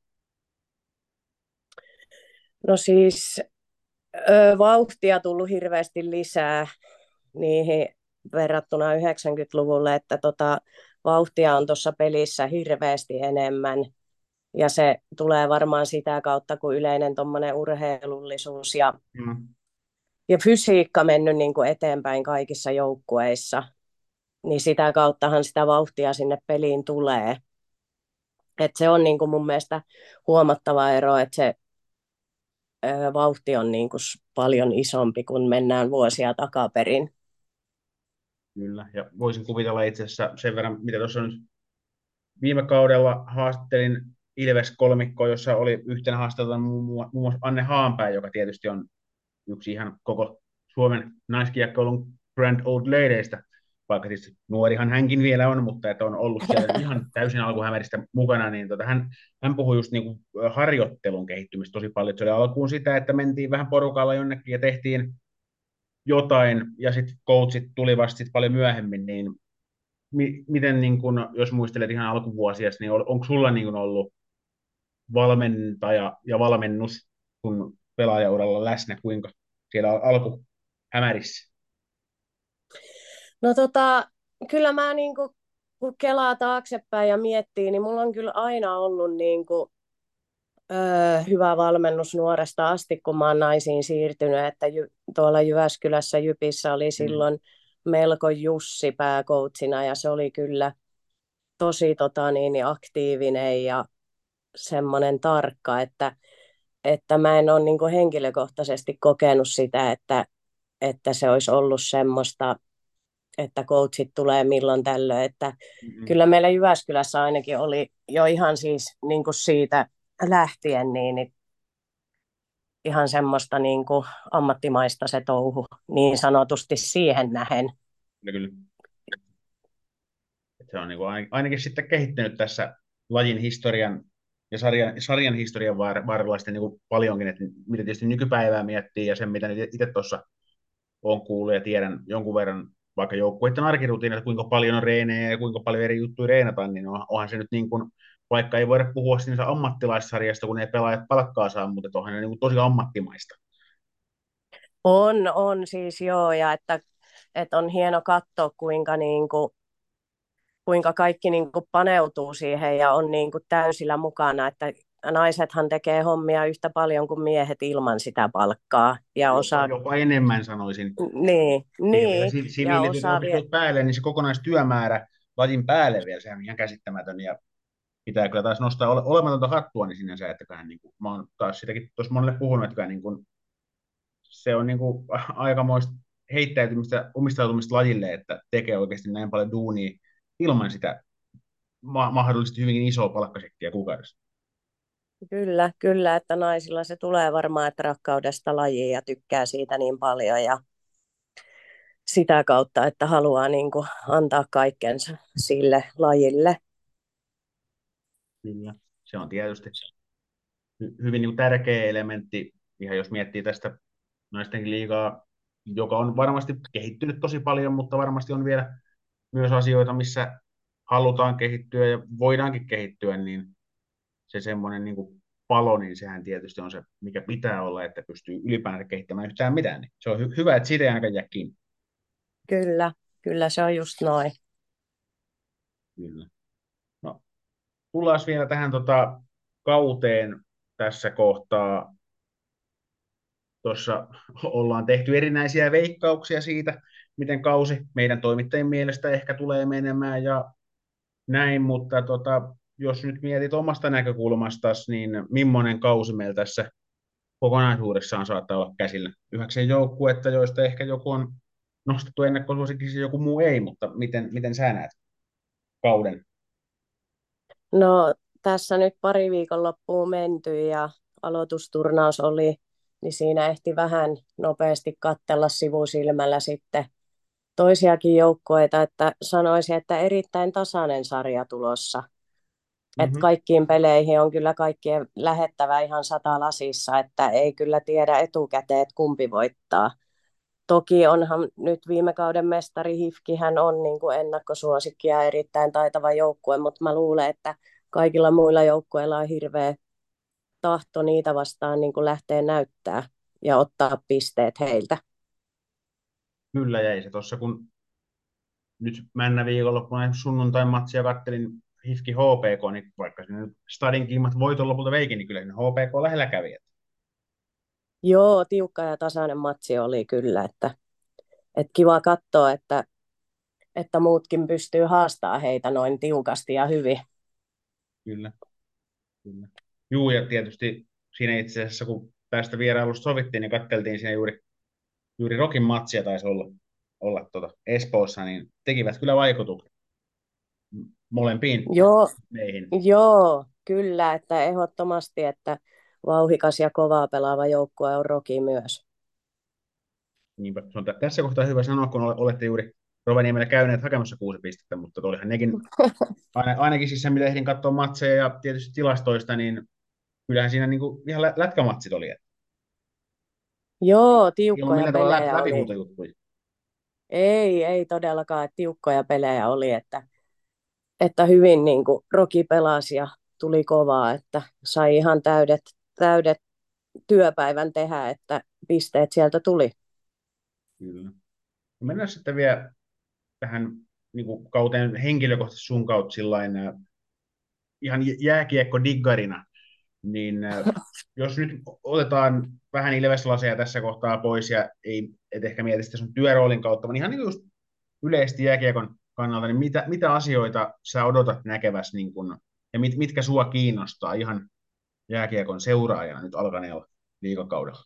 No siis vauhtia tullut hirveästi lisää niihin verrattuna 90-luvulle, että vauhtia on tuossa pelissä hirveästi enemmän. Ja se tulee varmaan sitä kautta, kun yleinen tuommoinen urheilullisuus ja fysiikka mennyt niin kuin eteenpäin kaikissa joukkueissa, niin sitä kauttahan sitä vauhtia sinne peliin tulee. Et se on niin kuin mun mielestä huomattava ero, että se vauhti on niin kuin paljon isompi, kun mennään vuosia takaperin. Kyllä, ja voisin kuvitella itse asiassa sen verran, mitä tuossa nyt viime kaudella haastattelin Ilves-kolmikkoa, jossa oli yhtenä haastateltuna muun muassa Anne Haanpää, joka tietysti on yksi ihan koko Suomen naiskiekkoilun Grand Old Ladyista, vaikka tietysti nuorihan hänkin vielä on, mutta että on ollut siellä ihan täysin alkuhämäristä mukana, niin hän puhui just niin kuin harjoittelun kehittymistä tosi paljon. Se oli alkuun sitä, että mentiin vähän porukalla jonnekin ja tehtiin jotain, ja sitten coachit tuli vasta sit paljon myöhemmin, niin miten, niin kun, jos muistelet ihan alkuvuosia, niin onko sulla niin kun ollut valmentaja ja valmennus kun pelaajauralla läsnä, kuinka siellä alkuhämärissä? No kyllä mä niinku, kun kelaa taaksepäin ja miettii, niin mulla on kyllä aina ollut niinku, hyvä valmennus nuoresta asti, kun mä oon naisiin siirtynyt, että tuolla Jyväskylässä Jypissä oli silloin melko Jussi pääkoutsina ja se oli kyllä tosi aktiivinen ja semmoinen tarkka, että mä en ole niinku henkilökohtaisesti kokenut sitä, että se olisi ollut semmoista, että coachit tulee milloin tällöin, että kyllä meillä Jyväskylässä ainakin oli jo ihan siis niin kuin siitä lähtien niin ihan semmoista niin kuin ammattimaista se touhu niin sanotusti siihen nähen. Kyllä. Se on niin kuin ainakin sitten kehittynyt tässä lajin historian ja sarjan historian varrella sitten niin kuin paljonkin, että mitä tietysti nykypäivää miettii ja sen, mitä itse tuossa olen kuullut ja tiedän jonkun verran vaikka joukkueiden arkirutiinilla, kuinka paljon on reenejä ja kuinka paljon eri juttuja reenataan, niin onhan se nyt niin kuin, vaikka ei voida puhua sinänsä ammattilaissarjasta, kun ei pelaajat palkkaa saa, mutta onhan ne niin kuin tosi ammattimaista. On siis joo, ja että on hieno katsoa, kuinka kaikki niin kuin paneutuu siihen ja on niin kuin täysillä mukana, että naisethan tekee hommia yhtä paljon kuin miehet ilman sitä palkkaa. Ja Jopa enemmän sanoisin. Niin. Ja Siviiliopistot päälle, niin se kokonaistyömäärä lajin päälle vielä, sehän on ihan käsittämätön. Ja pitää kyllä taas nostaa olematonta hattua niin sinänsä, että niin kuin, mä oon taas sitäkin tuossa monelle puhunut, että niin kuin, se on niin kuin, aikamoista heittäytymistä, omistautumista lajille, että tekee oikeasti näin paljon duunia ilman sitä mahdollisesti hyvinkin isoa palkkasekkiä kuukaudessa. Kyllä, että naisilla se tulee varmaan, että rakkaudesta lajiin ja tykkää siitä niin paljon ja sitä kautta, että haluaa niin kuin antaa kaikkensa sille lajille. Kyllä, se on tietysti hyvin niin kuin tärkeä elementti, ihan jos miettii tästä naisten liigaa, joka on varmasti kehittynyt tosi paljon, mutta varmasti on vielä myös asioita, missä halutaan kehittyä ja voidaankin kehittyä, niin se semmoinen niin kuin palo, niin sehän tietysti on se, mikä pitää olla, että pystyy ylipäänsä kehittämään yhtään mitään. Niin se on hyvä, että siitä ei ainakaan jää kiinni. Kyllä, kyllä se on just noin. Kyllä. No, tullaan vielä tähän kauteen tässä kohtaa. Tuossa ollaan tehty erinäisiä veikkauksia siitä, miten kausi meidän toimittajien mielestä ehkä tulee menemään ja näin, mutta jos nyt mietit omasta näkökulmastasi, niin millainen kausi meillä tässä kokonaisuudessaan saattaa olla käsillä? 9 joukkuetta, joista ehkä joku on nostettu ennakkosuosikiksi ja joku muu ei, mutta miten sä näet kauden? No tässä nyt pari viikonloppua menty ja aloitusturnaus oli, niin siinä ehti vähän nopeasti katsella sivusilmällä sitten toisiakin joukkueita, että sanoisin, että erittäin tasainen sarja tulossa. Että Mm-hmm. kaikkiin peleihin on kyllä kaikkien lähettävä ihan 100 lasissa, että ei kyllä tiedä etukäteen, että kumpi voittaa. Toki onhan nyt viime kauden mestari HIFKihän on niin kuin ennakkosuosikki ja erittäin taitava joukkue, mutta mä luulen, että kaikilla muilla joukkueilla on hirveä tahto niitä vastaan niin kuin lähteä näyttää ja ottaa pisteet heiltä. Kyllä jäi se tuossa, kun nyt männä viikonloppuna sunnuntain matsia kattelin HIFK HPK, niin vaikka sinne nyt stadin kimmat voiton lopulta veikin, niin kyllä sinne HPK lähellä kävi. Joo, tiukka ja tasainen matsi oli kyllä, että kiva katsoa, että muutkin pystyy haastamaan heitä noin tiukasti ja hyvin. Kyllä, kyllä. Juu, ja tietysti siinä itse asiassa, kun tästä vierailusta sovittiin, niin katseltiin siinä juuri Rokin matsia taisi olla Espoossa, niin tekivät kyllä vaikutuksen molempiin Joo, meihin. joo, kyllä, että ehdottomasti, että vauhikas ja kovaa pelaava joukkue on Roki myös. Niinpä, se on tässä kohtaa hyvä sanoa, kun olette juuri Rovaniemellä käyneet hakemassa 6 pistettä, mutta olihan nekin, ainakin siis se, mitä ehdin katsoa matseja ja tietysti tilastoista, niin kyllähän siinä niin kuin ihan lätkämatsit oli. Joo, Ei ollut tiukkoja millään tavalla pelejä oli. läpihuutojuttuja. Ei todellakaan, että tiukkoja pelejä oli, että hyvin niin kuin Roki pelasi ja tuli kovaa, että sai ihan täydet työpäivän tehdä, että pisteet sieltä tuli. Kyllä. No mennään sitten vielä tähän niin kuin kauteen henkilökohtaisesti sun kautta sillain, ihan jääkiekko-diggarina, niin jos nyt otetaan vähän Ilveslaseja tässä kohtaa pois ja ei et ehkä mieti sitä sun työroolin kautta, vaan ihan niin just yleisesti jääkiekon kannalta, niin mitä asioita sä odotat näkeväsi niin kun, ja mitkä sua kiinnostaa ihan jääkiekon seuraajana nyt alkaneella liigakaudella?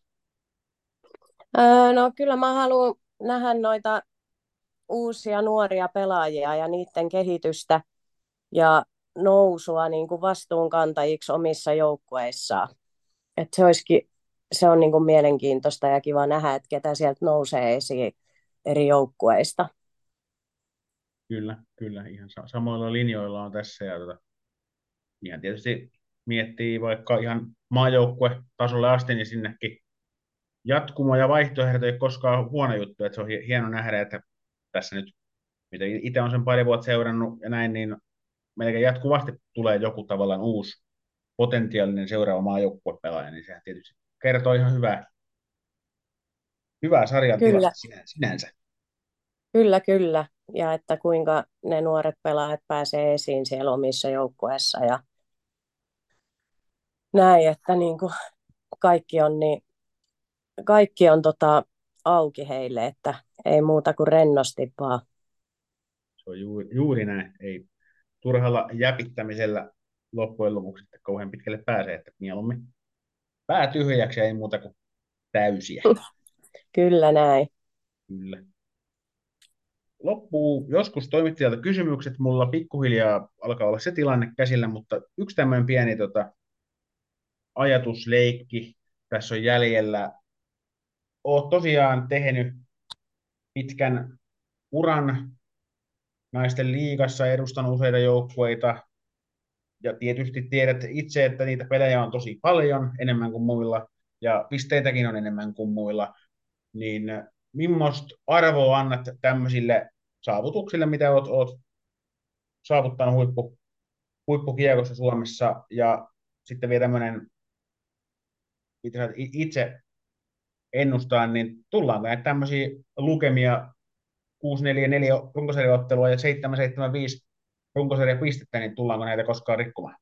No kyllä mä haluan nähdä noita uusia nuoria pelaajia ja niiden kehitystä ja nousua niin kuin vastuunkantajiksi omissa joukkueissaan. Että se on niin kuin mielenkiintoista ja kiva nähdä, että ketä sieltä nousee esiin eri joukkueista. Kyllä, ihan samoilla linjoilla on tässä ja ihan tietysti miettii vaikka ihan maajoukkuetasolle asti, niin sinnekin jatkumo ja vaihtoehto ei ole koskaan huono juttu, että se on hieno nähdä, että tässä nyt, mitä itse on sen pari vuotta seurannut ja näin, niin melkein jatkuvasti tulee joku tavallaan uusi potentiaalinen seuraava maajoukkuepelaaja, niin sehän tietysti kertoo ihan hyvää sarjan Kyllä, tilasta sinänsä. kyllä. Ja että kuinka ne nuoret pelaajat pääsee esiin siellä omissa joukkueissa ja näin, että niin kuin kaikki on auki heille, että ei muuta kuin rennosti vaan. Se on juuri näin. Ei turhalla jäpittämisellä loppujen lopuksi että kauhean pitkälle pääsee, että mieluummin pää tyhjäksi ja ei muuta kuin täysiä. Kyllä näin. Kyllä. Loppuu joskus toimittajalta kysymykset. Mulla pikkuhiljaa alkaa olla se tilanne käsillä, mutta yksi tämmöinen pieni ajatusleikki tässä on jäljellä. Oot tosiaan tehnyt pitkän uran naisten liigassa, edustanut useita joukkueita, ja tietysti tiedät itse, että niitä pelejä on tosi paljon, enemmän kuin muilla, ja pisteitäkin on enemmän kuin muilla, niin millaista arvoa annat tämmöisille saavutuksille, mitä oot saavuttanut huippukiekossa Suomessa ja sitten vielä tämmöinen, mitä sä itse ennustaa, niin tullaanko näitä tämmöisiä lukemia 6-4-4 runkosarjaottelua ja 7-7-5 runkosarjapistettä, niin tullaanko näitä koskaan rikkomaan?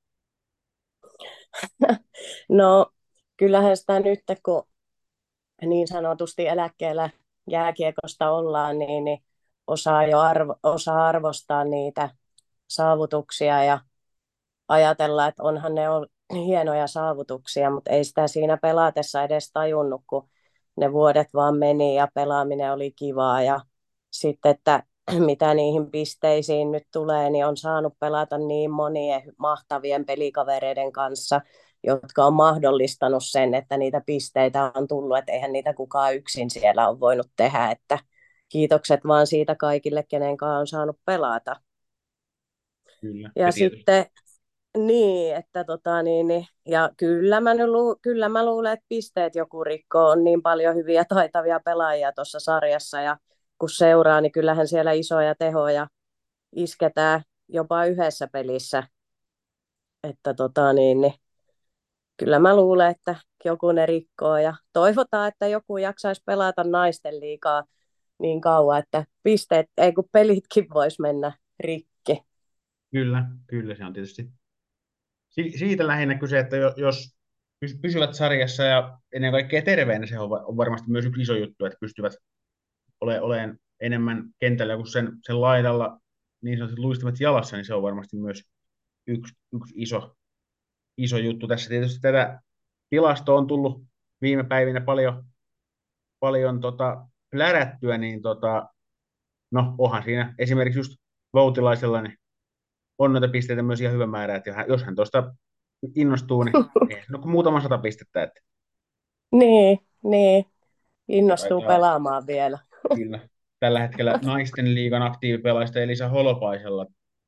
No, kyllähän sitä nyt, kun niin sanotusti eläkkeellä jääkiekosta ollaan, niin osaa jo osaa arvostaa niitä saavutuksia ja ajatella, että onhan ne hienoja saavutuksia, mutta ei sitä siinä pelatessa edes tajunnut, kun ne vuodet vaan meni ja pelaaminen oli kivaa ja sitten, että mitä niihin pisteisiin nyt tulee, niin on saanut pelata niin monien mahtavien pelikavereiden kanssa, jotka on mahdollistanut sen, että niitä pisteitä on tullut, että eihän niitä kukaan yksin siellä ole voinut tehdä, että kiitokset vaan siitä kaikille, kenen kanssa on saanut pelata. Kyllä. Ja sitten niin, että ja kyllä mä luulen, että pisteet joku rikkoo, on niin paljon hyviä taitavia pelaajia tuossa sarjassa ja kun seuraa, niin kyllähän siellä isoja tehoja isketään jopa yhdessä pelissä, että kyllä mä luulen, että joku ne rikkoo ja toivotaan, että joku jaksaisi pelata naisten liigaa niin kauan, että pisteet, ei kun pelitkin vois mennä rikki. Kyllä, se on tietysti siitä lähinnä kyse, että jos pysyvät sarjassa ja ennen kaikkea terveenä, se on varmasti myös yksi iso juttu, että pystyvät olemaan enemmän kentällä kuin sen laidalla niin sanotusti luistavat jalassa, niin se on varmasti myös yksi iso juttu. Tässä tietysti tätä tilastoa on tullut viime päivinä paljon plärättyä, niin no onhan siinä esimerkiksi just Voutilaisella, niin on noita pisteitä myös ihan hyvä määrä, että jos hän tuosta innostuu, niin ei se ole kuin muutama 100 pistettä. Että Niin, innostuu taitaa, pelaamaan vielä. kyllä. Tällä hetkellä naisten liigan aktiivipelaajista Elisa Holopaisella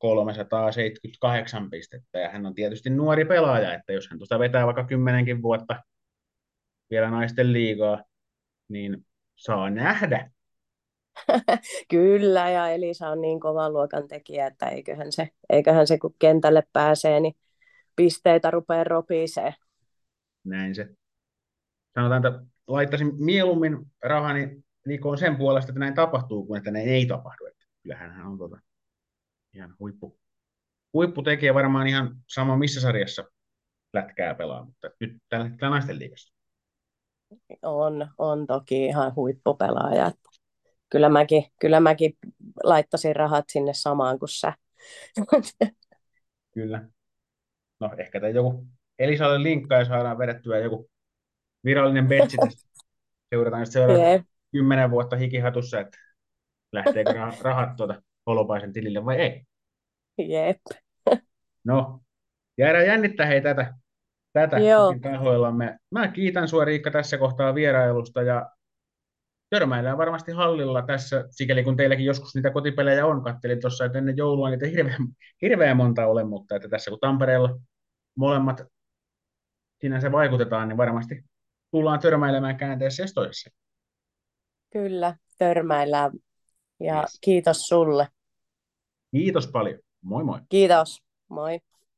378 pistettä, ja hän on tietysti nuori pelaaja, että jos hän tuosta vetää vaikka 10 vuotta vielä naisten liigaa, niin saa nähdä. Kyllä, ja Elisa on niin kova luokan tekijä, että eiköhän se kun kentälle pääsee, niin pisteitä rupeaa ropisee. Näin se. Sanotaan, että laittaisin mieluummin rahani Nikoon sen puolesta, että näin tapahtuu, kuin että näin ei tapahdu. Että kyllähän hän on ihan huipputekijä varmaan ihan sama missä sarjassa lätkää pelaa, mutta nyt tällä hetkellä naisten liigassa. On toki ihan huippupelaaja. Kyllä mäkin laittaisin rahat sinne samaan kuin sä. Kyllä. No ehkä tämä joku Elisalle linkkaa ja saadaan vedettyä joku virallinen betsi tästä. Seurataan sitten seuraavat Jep, 10 vuotta hikihatussa, että lähteekö rahat Holopaisen tilille vai ei. jep. No, jäädään jännittää hei tätä Joo, tahoillamme. Mä kiitän sua Riikka tässä kohtaa vierailusta ja törmäillään varmasti hallilla tässä, sikäli kun teilläkin joskus niitä kotipelejä on. Kattelin tuossa, että ennen joulua niitä hirveän monta ole, mutta että tässä kun Tampereella molemmat sinänsä vaikutetaan, niin varmasti tullaan törmäilemään käänteessä jos toisessa. kyllä, törmäillään. Ja Yes. kiitos sulle. Kiitos paljon. Moi moi. Kiitos. Moi.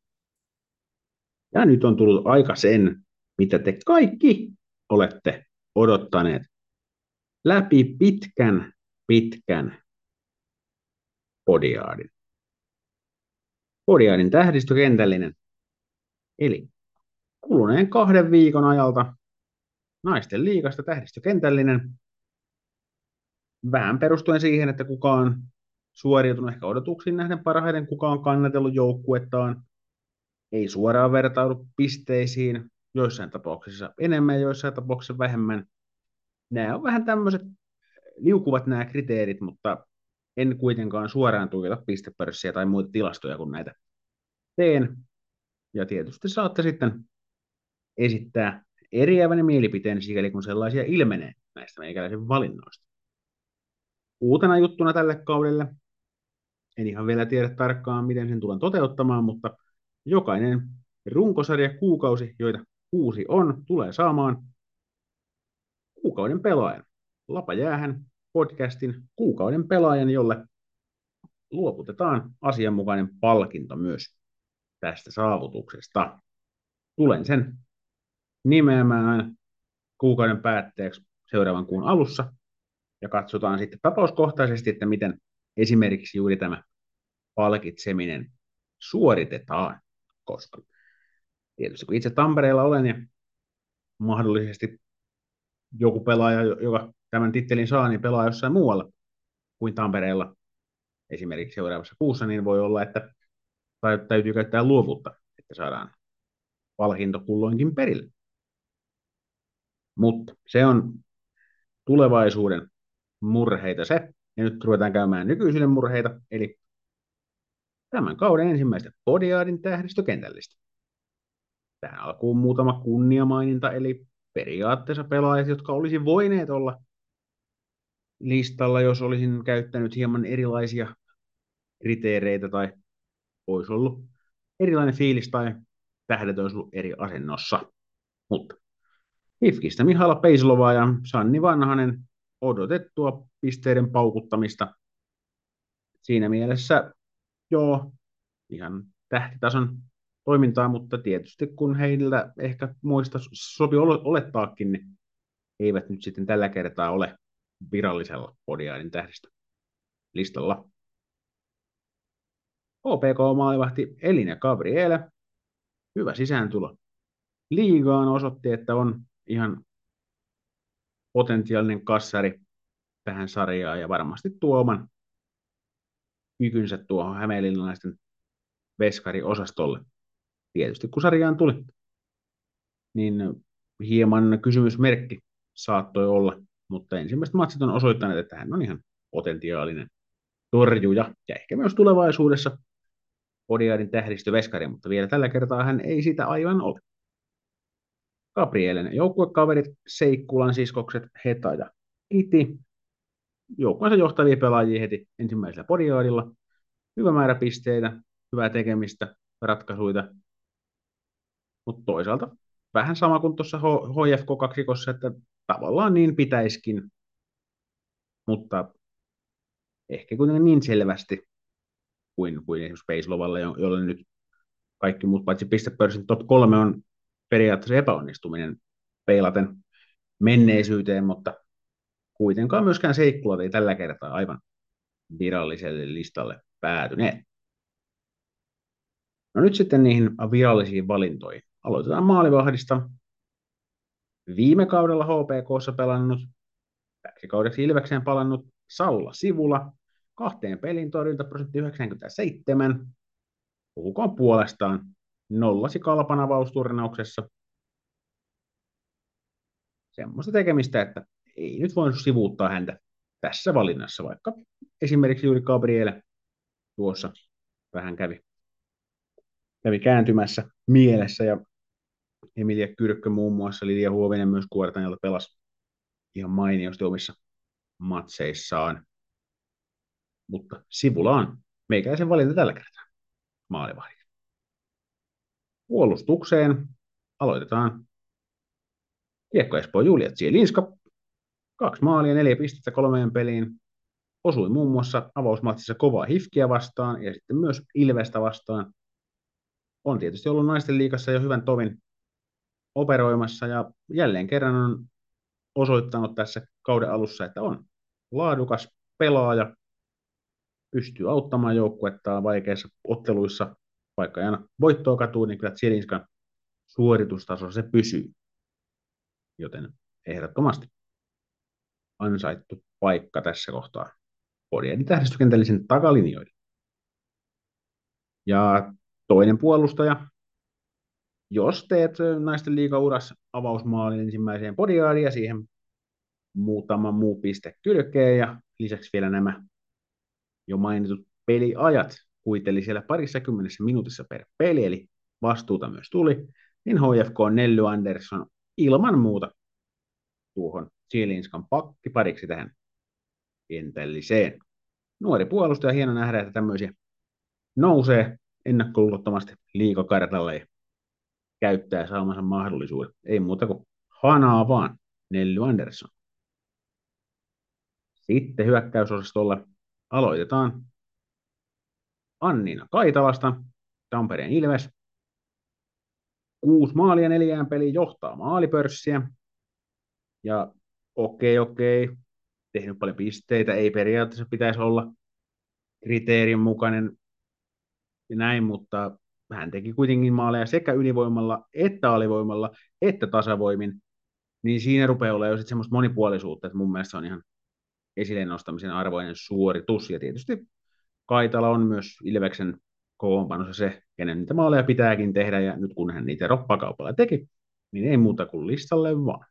Ja nyt on tullut aika sen, mitä te kaikki olette odottaneet läpi pitkän podiaadin. Podiaadin tähdistökentällinen. Eli kuluneen 2 viikon ajalta naisten liigasta tähdistökentällinen. Vähän perustuen siihen, että kuka on suoriutunut ehkä odotuksiin nähden parhaiten, kuka on kannatellut joukkuettaan. Ei suoraan vertaudu pisteisiin, joissain tapauksissa enemmän, joissain tapauksissa vähemmän. Nämä on vähän tämmöiset liukuvat nämä kriteerit, mutta en kuitenkaan suoraan tuijota pistepörssiä tai muita tilastoja, kun näitä teen. Ja tietysti saatte sitten esittää eriävän mielipiteen, sikäli kun sellaisia ilmenee näistä meikäläisen valinnoista. Uutena juttuna tälle kaudelle, en ihan vielä tiedä tarkkaan, miten sen tulen toteuttamaan, mutta jokainen runkosarja kuukausi, joita 6 on, tulee saamaan kuukauden pelaajan. Lapa jäähän podcastin kuukauden pelaajan, jolle luovutetaan asianmukainen palkinto myös tästä saavutuksesta. Tulen sen nimeämään aina kuukauden päätteeksi seuraavan kuun alussa ja katsotaan sitten tapauskohtaisesti, että miten esimerkiksi juuri tämä palkitseminen suoritetaan, koska tietysti kun itse Tampereella olen ja mahdollisesti joku pelaaja, joka tämän tittelin saa, niin pelaa jossain muualla kuin Tampereella esimerkiksi seuraavassa kuussa, niin voi olla, että täytyy käyttää luovuutta, että saadaan palkinto kulloinkin perille. Mutta se on tulevaisuuden murheita se, ja nyt ruvetaan käymään nykyisyyden murheita, eli tämän kauden ensimmäistä Podiaadin tähdistökentällistä. Tähän alkuun muutama kunniamaininta, eli periaatteessa pelaajat, jotka olisi voineet olla listalla, jos olisin käyttänyt hieman erilaisia kriteereitä tai olisi ollut erilainen fiilis tai tähdet olisi ollut eri asennossa. Mutta HIFKistä Mihaila Peislovaa ja Sanni Vanhanen odotettua pisteiden paukuttamista. Siinä mielessä joo, ihan tähtitason toimintaa, mutta tietysti kun heillä ehkä muista sopii olettaakin, niin eivät nyt sitten tällä kertaa ole virallisella Podiaadin tähdistä listalla. HPK-maalivahti Elina Gabriele, hyvä sisääntulo liigaan, osoitti, että on ihan potentiaalinen kassari tähän sarjaan ja varmasti tuo oman kykynsä tuohon hämeenlinnalaisten veskariosastolle. Tietysti kun sarjaan tuli, niin hieman kysymysmerkki saattoi olla, mutta ensimmäiset matsit on osoittaneet, että hän on ihan potentiaalinen torjuja ja ehkä myös tulevaisuudessa Podiaadin tähdistöveskari, mutta vielä tällä kertaa hän ei sitä aivan ole. Gabrielen joukkuekaverit, Seikkulan siskokset Heta ja Iti, joukkueensa johtavia pelaajia heti ensimmäisellä Podiaadilla. Hyvä määrä pisteitä, hyvää tekemistä, ratkaisuja, mutta toisaalta vähän sama kuin tuossa HFK-kaksikossa, että tavallaan niin pitäisikin, mutta ehkä kuitenkin niin selvästi kuin esimerkiksi Peislovalle, jolle nyt kaikki muut paitsi pistepörssin top 3 on periaatteessa epäonnistuminen peilaten menneisyyteen, mutta kuitenkaan myöskään Seikkulat ei tällä kertaa aivan viralliselle listalle päätyneet. No nyt sitten niihin virallisiin valintoihin. Aloitetaan maalivahdista. Viime kaudella HPK:ssa pelannut, täksi kaudeksi Ilvekseen palannut Saula Sivula, 2 pelin torjuntaprosentti 97, puhukoon puolestaan, nollasi Kalpan avausturnauksessa. Semmoista tekemistä, että ei nyt voinut sivuuttaa häntä tässä valinnassa, vaikka esimerkiksi juuri Gabriele tuossa vähän kävi kääntymässä mielessä ja Emilia Kyrkkö muun muassa, Lidia Huovinen myös Kuortanjalta pelasi ihan mainiosti omissa matseissaan. Mutta Sivula on meikäläisen valinta tällä kertaa maalivahdi. Puolustukseen aloitetaan Kiekko Espoo Julia Zielinska. 2 maalia, 4 pistettä 3 peliin. Osui muun muassa avausmatsissa kovaa HIFKiä vastaan ja sitten myös Ilvestä vastaan. On tietysti ollut naisten liigassa jo hyvän tovin operoimassa ja jälleen kerran on osoittanut tässä kauden alussa, että on laadukas pelaaja, pystyy auttamaan joukkuettaan vaikeissa otteluissa, vaikka ei aina voittoa katuu, niin kyllä Zielinskan suoritustaso se pysyy. Joten ehdottomasti ansaittu paikka tässä kohtaa Podiaadin tähdistökentällisen takalinjoille. Ja toinen puolustaja, jos teet naisten liigauras avausmaalin ensimmäiseen Podiaadiin ja siihen muutama muu piste kylkeen ja lisäksi vielä nämä jo mainitut peliajat huiteli siellä parissa kymmenessä minuutissa per peli, eli vastuuta myös tuli, niin HFK Nelly Andersson ilman muuta tuohon Zielinskan pakkipariksi tähän kentälliseen. Nuori puolustaja, hieno nähdä, että tämmöisiä nousee ennakkoluulottomasti liigakartalle ja käyttää saamansa mahdollisuuden. Ei muuta kuin hanaa vaan, Nelly Andersson. Sitten hyökkäysosastolla aloitetaan Anniina Kaitalasta, Tampereen Ilves. 6 maalia 4 peliin, johtaa maalipörssiä. Ja okei, tehnyt paljon pisteitä, ei periaatteessa pitäisi olla kriteerin mukainen ja näin, mutta hän teki kuitenkin maaleja sekä ylivoimalla, että alivoimalla, että tasavoimin, niin siinä rupeaa olemaan jo sitten semmoista monipuolisuutta, että mun mielestä se on ihan esille nostamisen arvoinen suoritus, ja tietysti Kaitala on myös Ilveksen kokoonpanossa se, kenen niitä maaleja pitääkin tehdä, ja nyt kun hän niitä roppakaupalla teki, niin ei muuta kuin listalle vaan.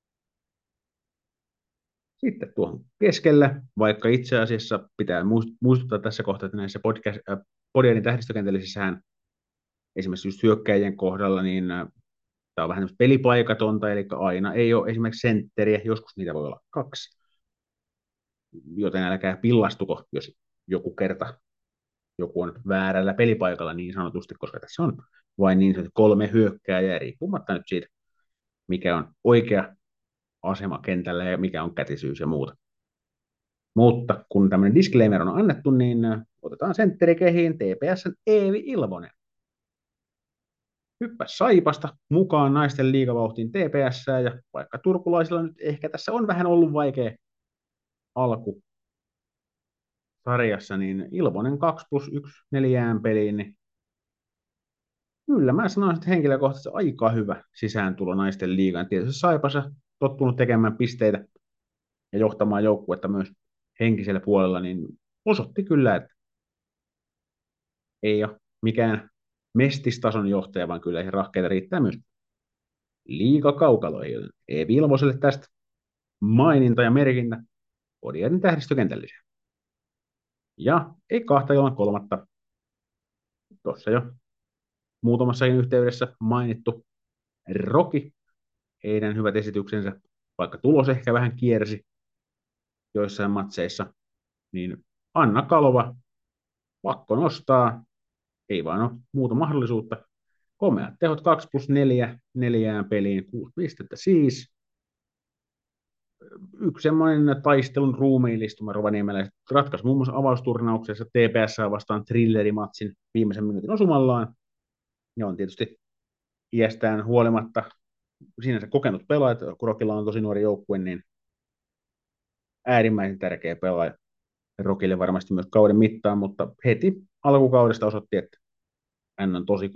Sitten tuohon keskelle, vaikka itse asiassa pitää muistuttaa tässä kohtaa, että näissä Podianin tähdistökentällisissä esimerkiksi just hyökkäjien kohdalla, niin tämä on vähän pelipaikatonta, eli aina ei ole esimerkiksi sentteriä, joskus niitä voi olla 2, joten älkää pillastuko, jos joku on väärällä pelipaikalla niin sanotusti, koska tässä on vain niin sanotusti 3 hyökkääjää, riippumatta nyt siitä, mikä on oikea asema kentällä ja mikä on kätisyys ja muuta. Mutta kun tämmöinen disclaimer on annettu, niin otetaan sentteri kehiin TPS:n Eevi Ilvonen. Hyppäsi Saipasta mukaan naisten liigavauhtiin TPS:ää, ja vaikka turkulaisilla nyt ehkä tässä on vähän ollut vaikea alku sarjassa, niin Ilvonen 2+1 4 peliin, niin kyllä mä sanoisin, että henkilökohtaisesti aika hyvä sisääntulo naisten liigaan. Tietysti Saipassa tottunut tekemään pisteitä ja johtamaan joukkuetta myös henkisellä puolella, niin osoitti kyllä, että ei ole mikään mestistason johtaja, vaan kyllä ihan rahkeita riittää myös liigakaukaloihin. Eevi Ilvoselle tästä maininta ja merkintä Podianin tähdistökentällisiä. Ja ei kahta ilman kolmatta. Tuossa jo muutamassakin yhteydessä mainittu Roki, heidän hyvät esityksensä, vaikka tulos ehkä vähän kiersi joissain matseissa, niin Anna Kalova, pakko nostaa, ei vaan ole muuta mahdollisuutta. Komeat tehot 2+4 4 peliin, 6 pistettä siis. Yksi semmoinen taistelun ruumiillistuma Rovaniemellä ratkaisi muun muassa avausturnauksessa TPS vastaan thrillerimatsin viimeisen minuutin osumallaan. Ja on tietysti iästään huolimatta sinänsä kokenut pelaaja, kun Rokilla on tosi nuori joukkue, niin äärimmäisen tärkeä pelaaja Rokille varmasti myös kauden mittaan, mutta heti alkukaudesta osoitti, että hän on tosi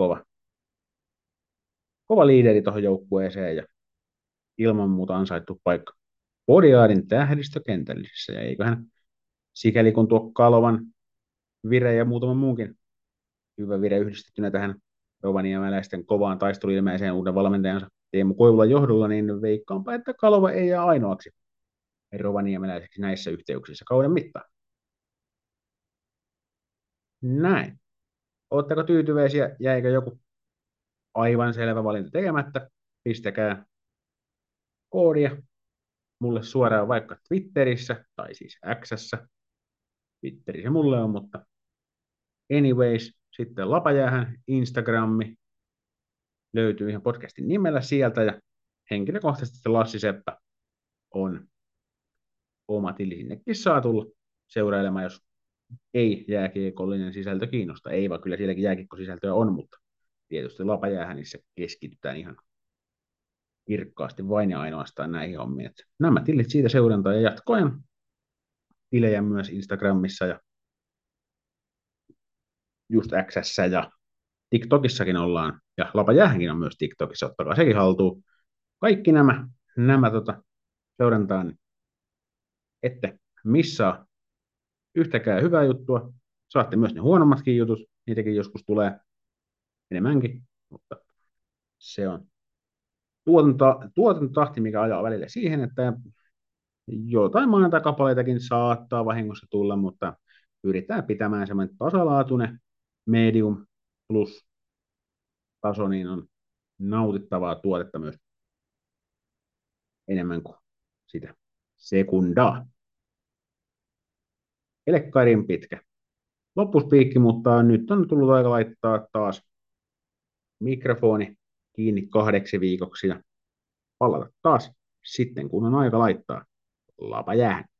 kova liideri tuohon joukkueeseen ja ilman muuta ansaittu paikka Podiaadin tähdistökentällisissä. Ja eiköhän sikäli kun tuo Kalovan vire ja muutama muunkin hyvä vire yhdistettynä tähän rovaniemeläisten kovaan taisteluilmeiseen uuden valmentajansa Teemu Koivulan johdolla, niin veikkaanpa, että Kalova ei jää ainoaksi rovaniemeläiseksi näissä yhteyksissä kauden mittaan. Näin. Oletteko tyytyväisiä? Jäikö joku aivan selvä valinta tekemättä? Pistäkää koodia mulle suoraan vaikka Twitterissä, tai siis X:ssä. Twitterissä mulle on, mutta anyways, sitten Lapajäähän Instagrammi löytyy ihan podcastin nimellä sieltä, ja henkilökohtaisesti Lassi Seppä on oma tili, sinnekin saa tulla seurailemaan, jos ei jääkiekollinen sisältö kiinnosta. Ei, vaan kyllä sielläkin jääkiekkosisältöä on, mutta tietysti Lapajäähänissä keskitytään ihan kirkkaasti vain ja ainoastaan näihin hommiin. Että nämä tilit siitä seurantaa ja jatkoajan tilejä myös Instagramissa ja just X:ssä ja TikTokissakin ollaan. Ja Lapajäähänkin on myös TikTokissa, ottakaa sekin haltuun. Kaikki nämä seurantaan, niin ette missaa yhtäkään hyvää juttua. Saatte myös ne huonommatkin jutut, niitäkin joskus tulee enemmänkin, mutta se on tuotantotahti, mikä ajaa välillä siihen, että jotain maanantai-kappaleitakin saattaa vahingossa tulla, mutta pyritään pitämään semmoinen tasalaatuinen medium plus taso, niin on nautittavaa tuotetta myös enemmän kuin sitä sekundaa. Elekkarin pitkä loppuspiikki, mutta nyt on tullut aika laittaa taas mikrofoni kiinni 2 viikoksi ja palata taas sitten, kun on aika laittaa lapa jäähän.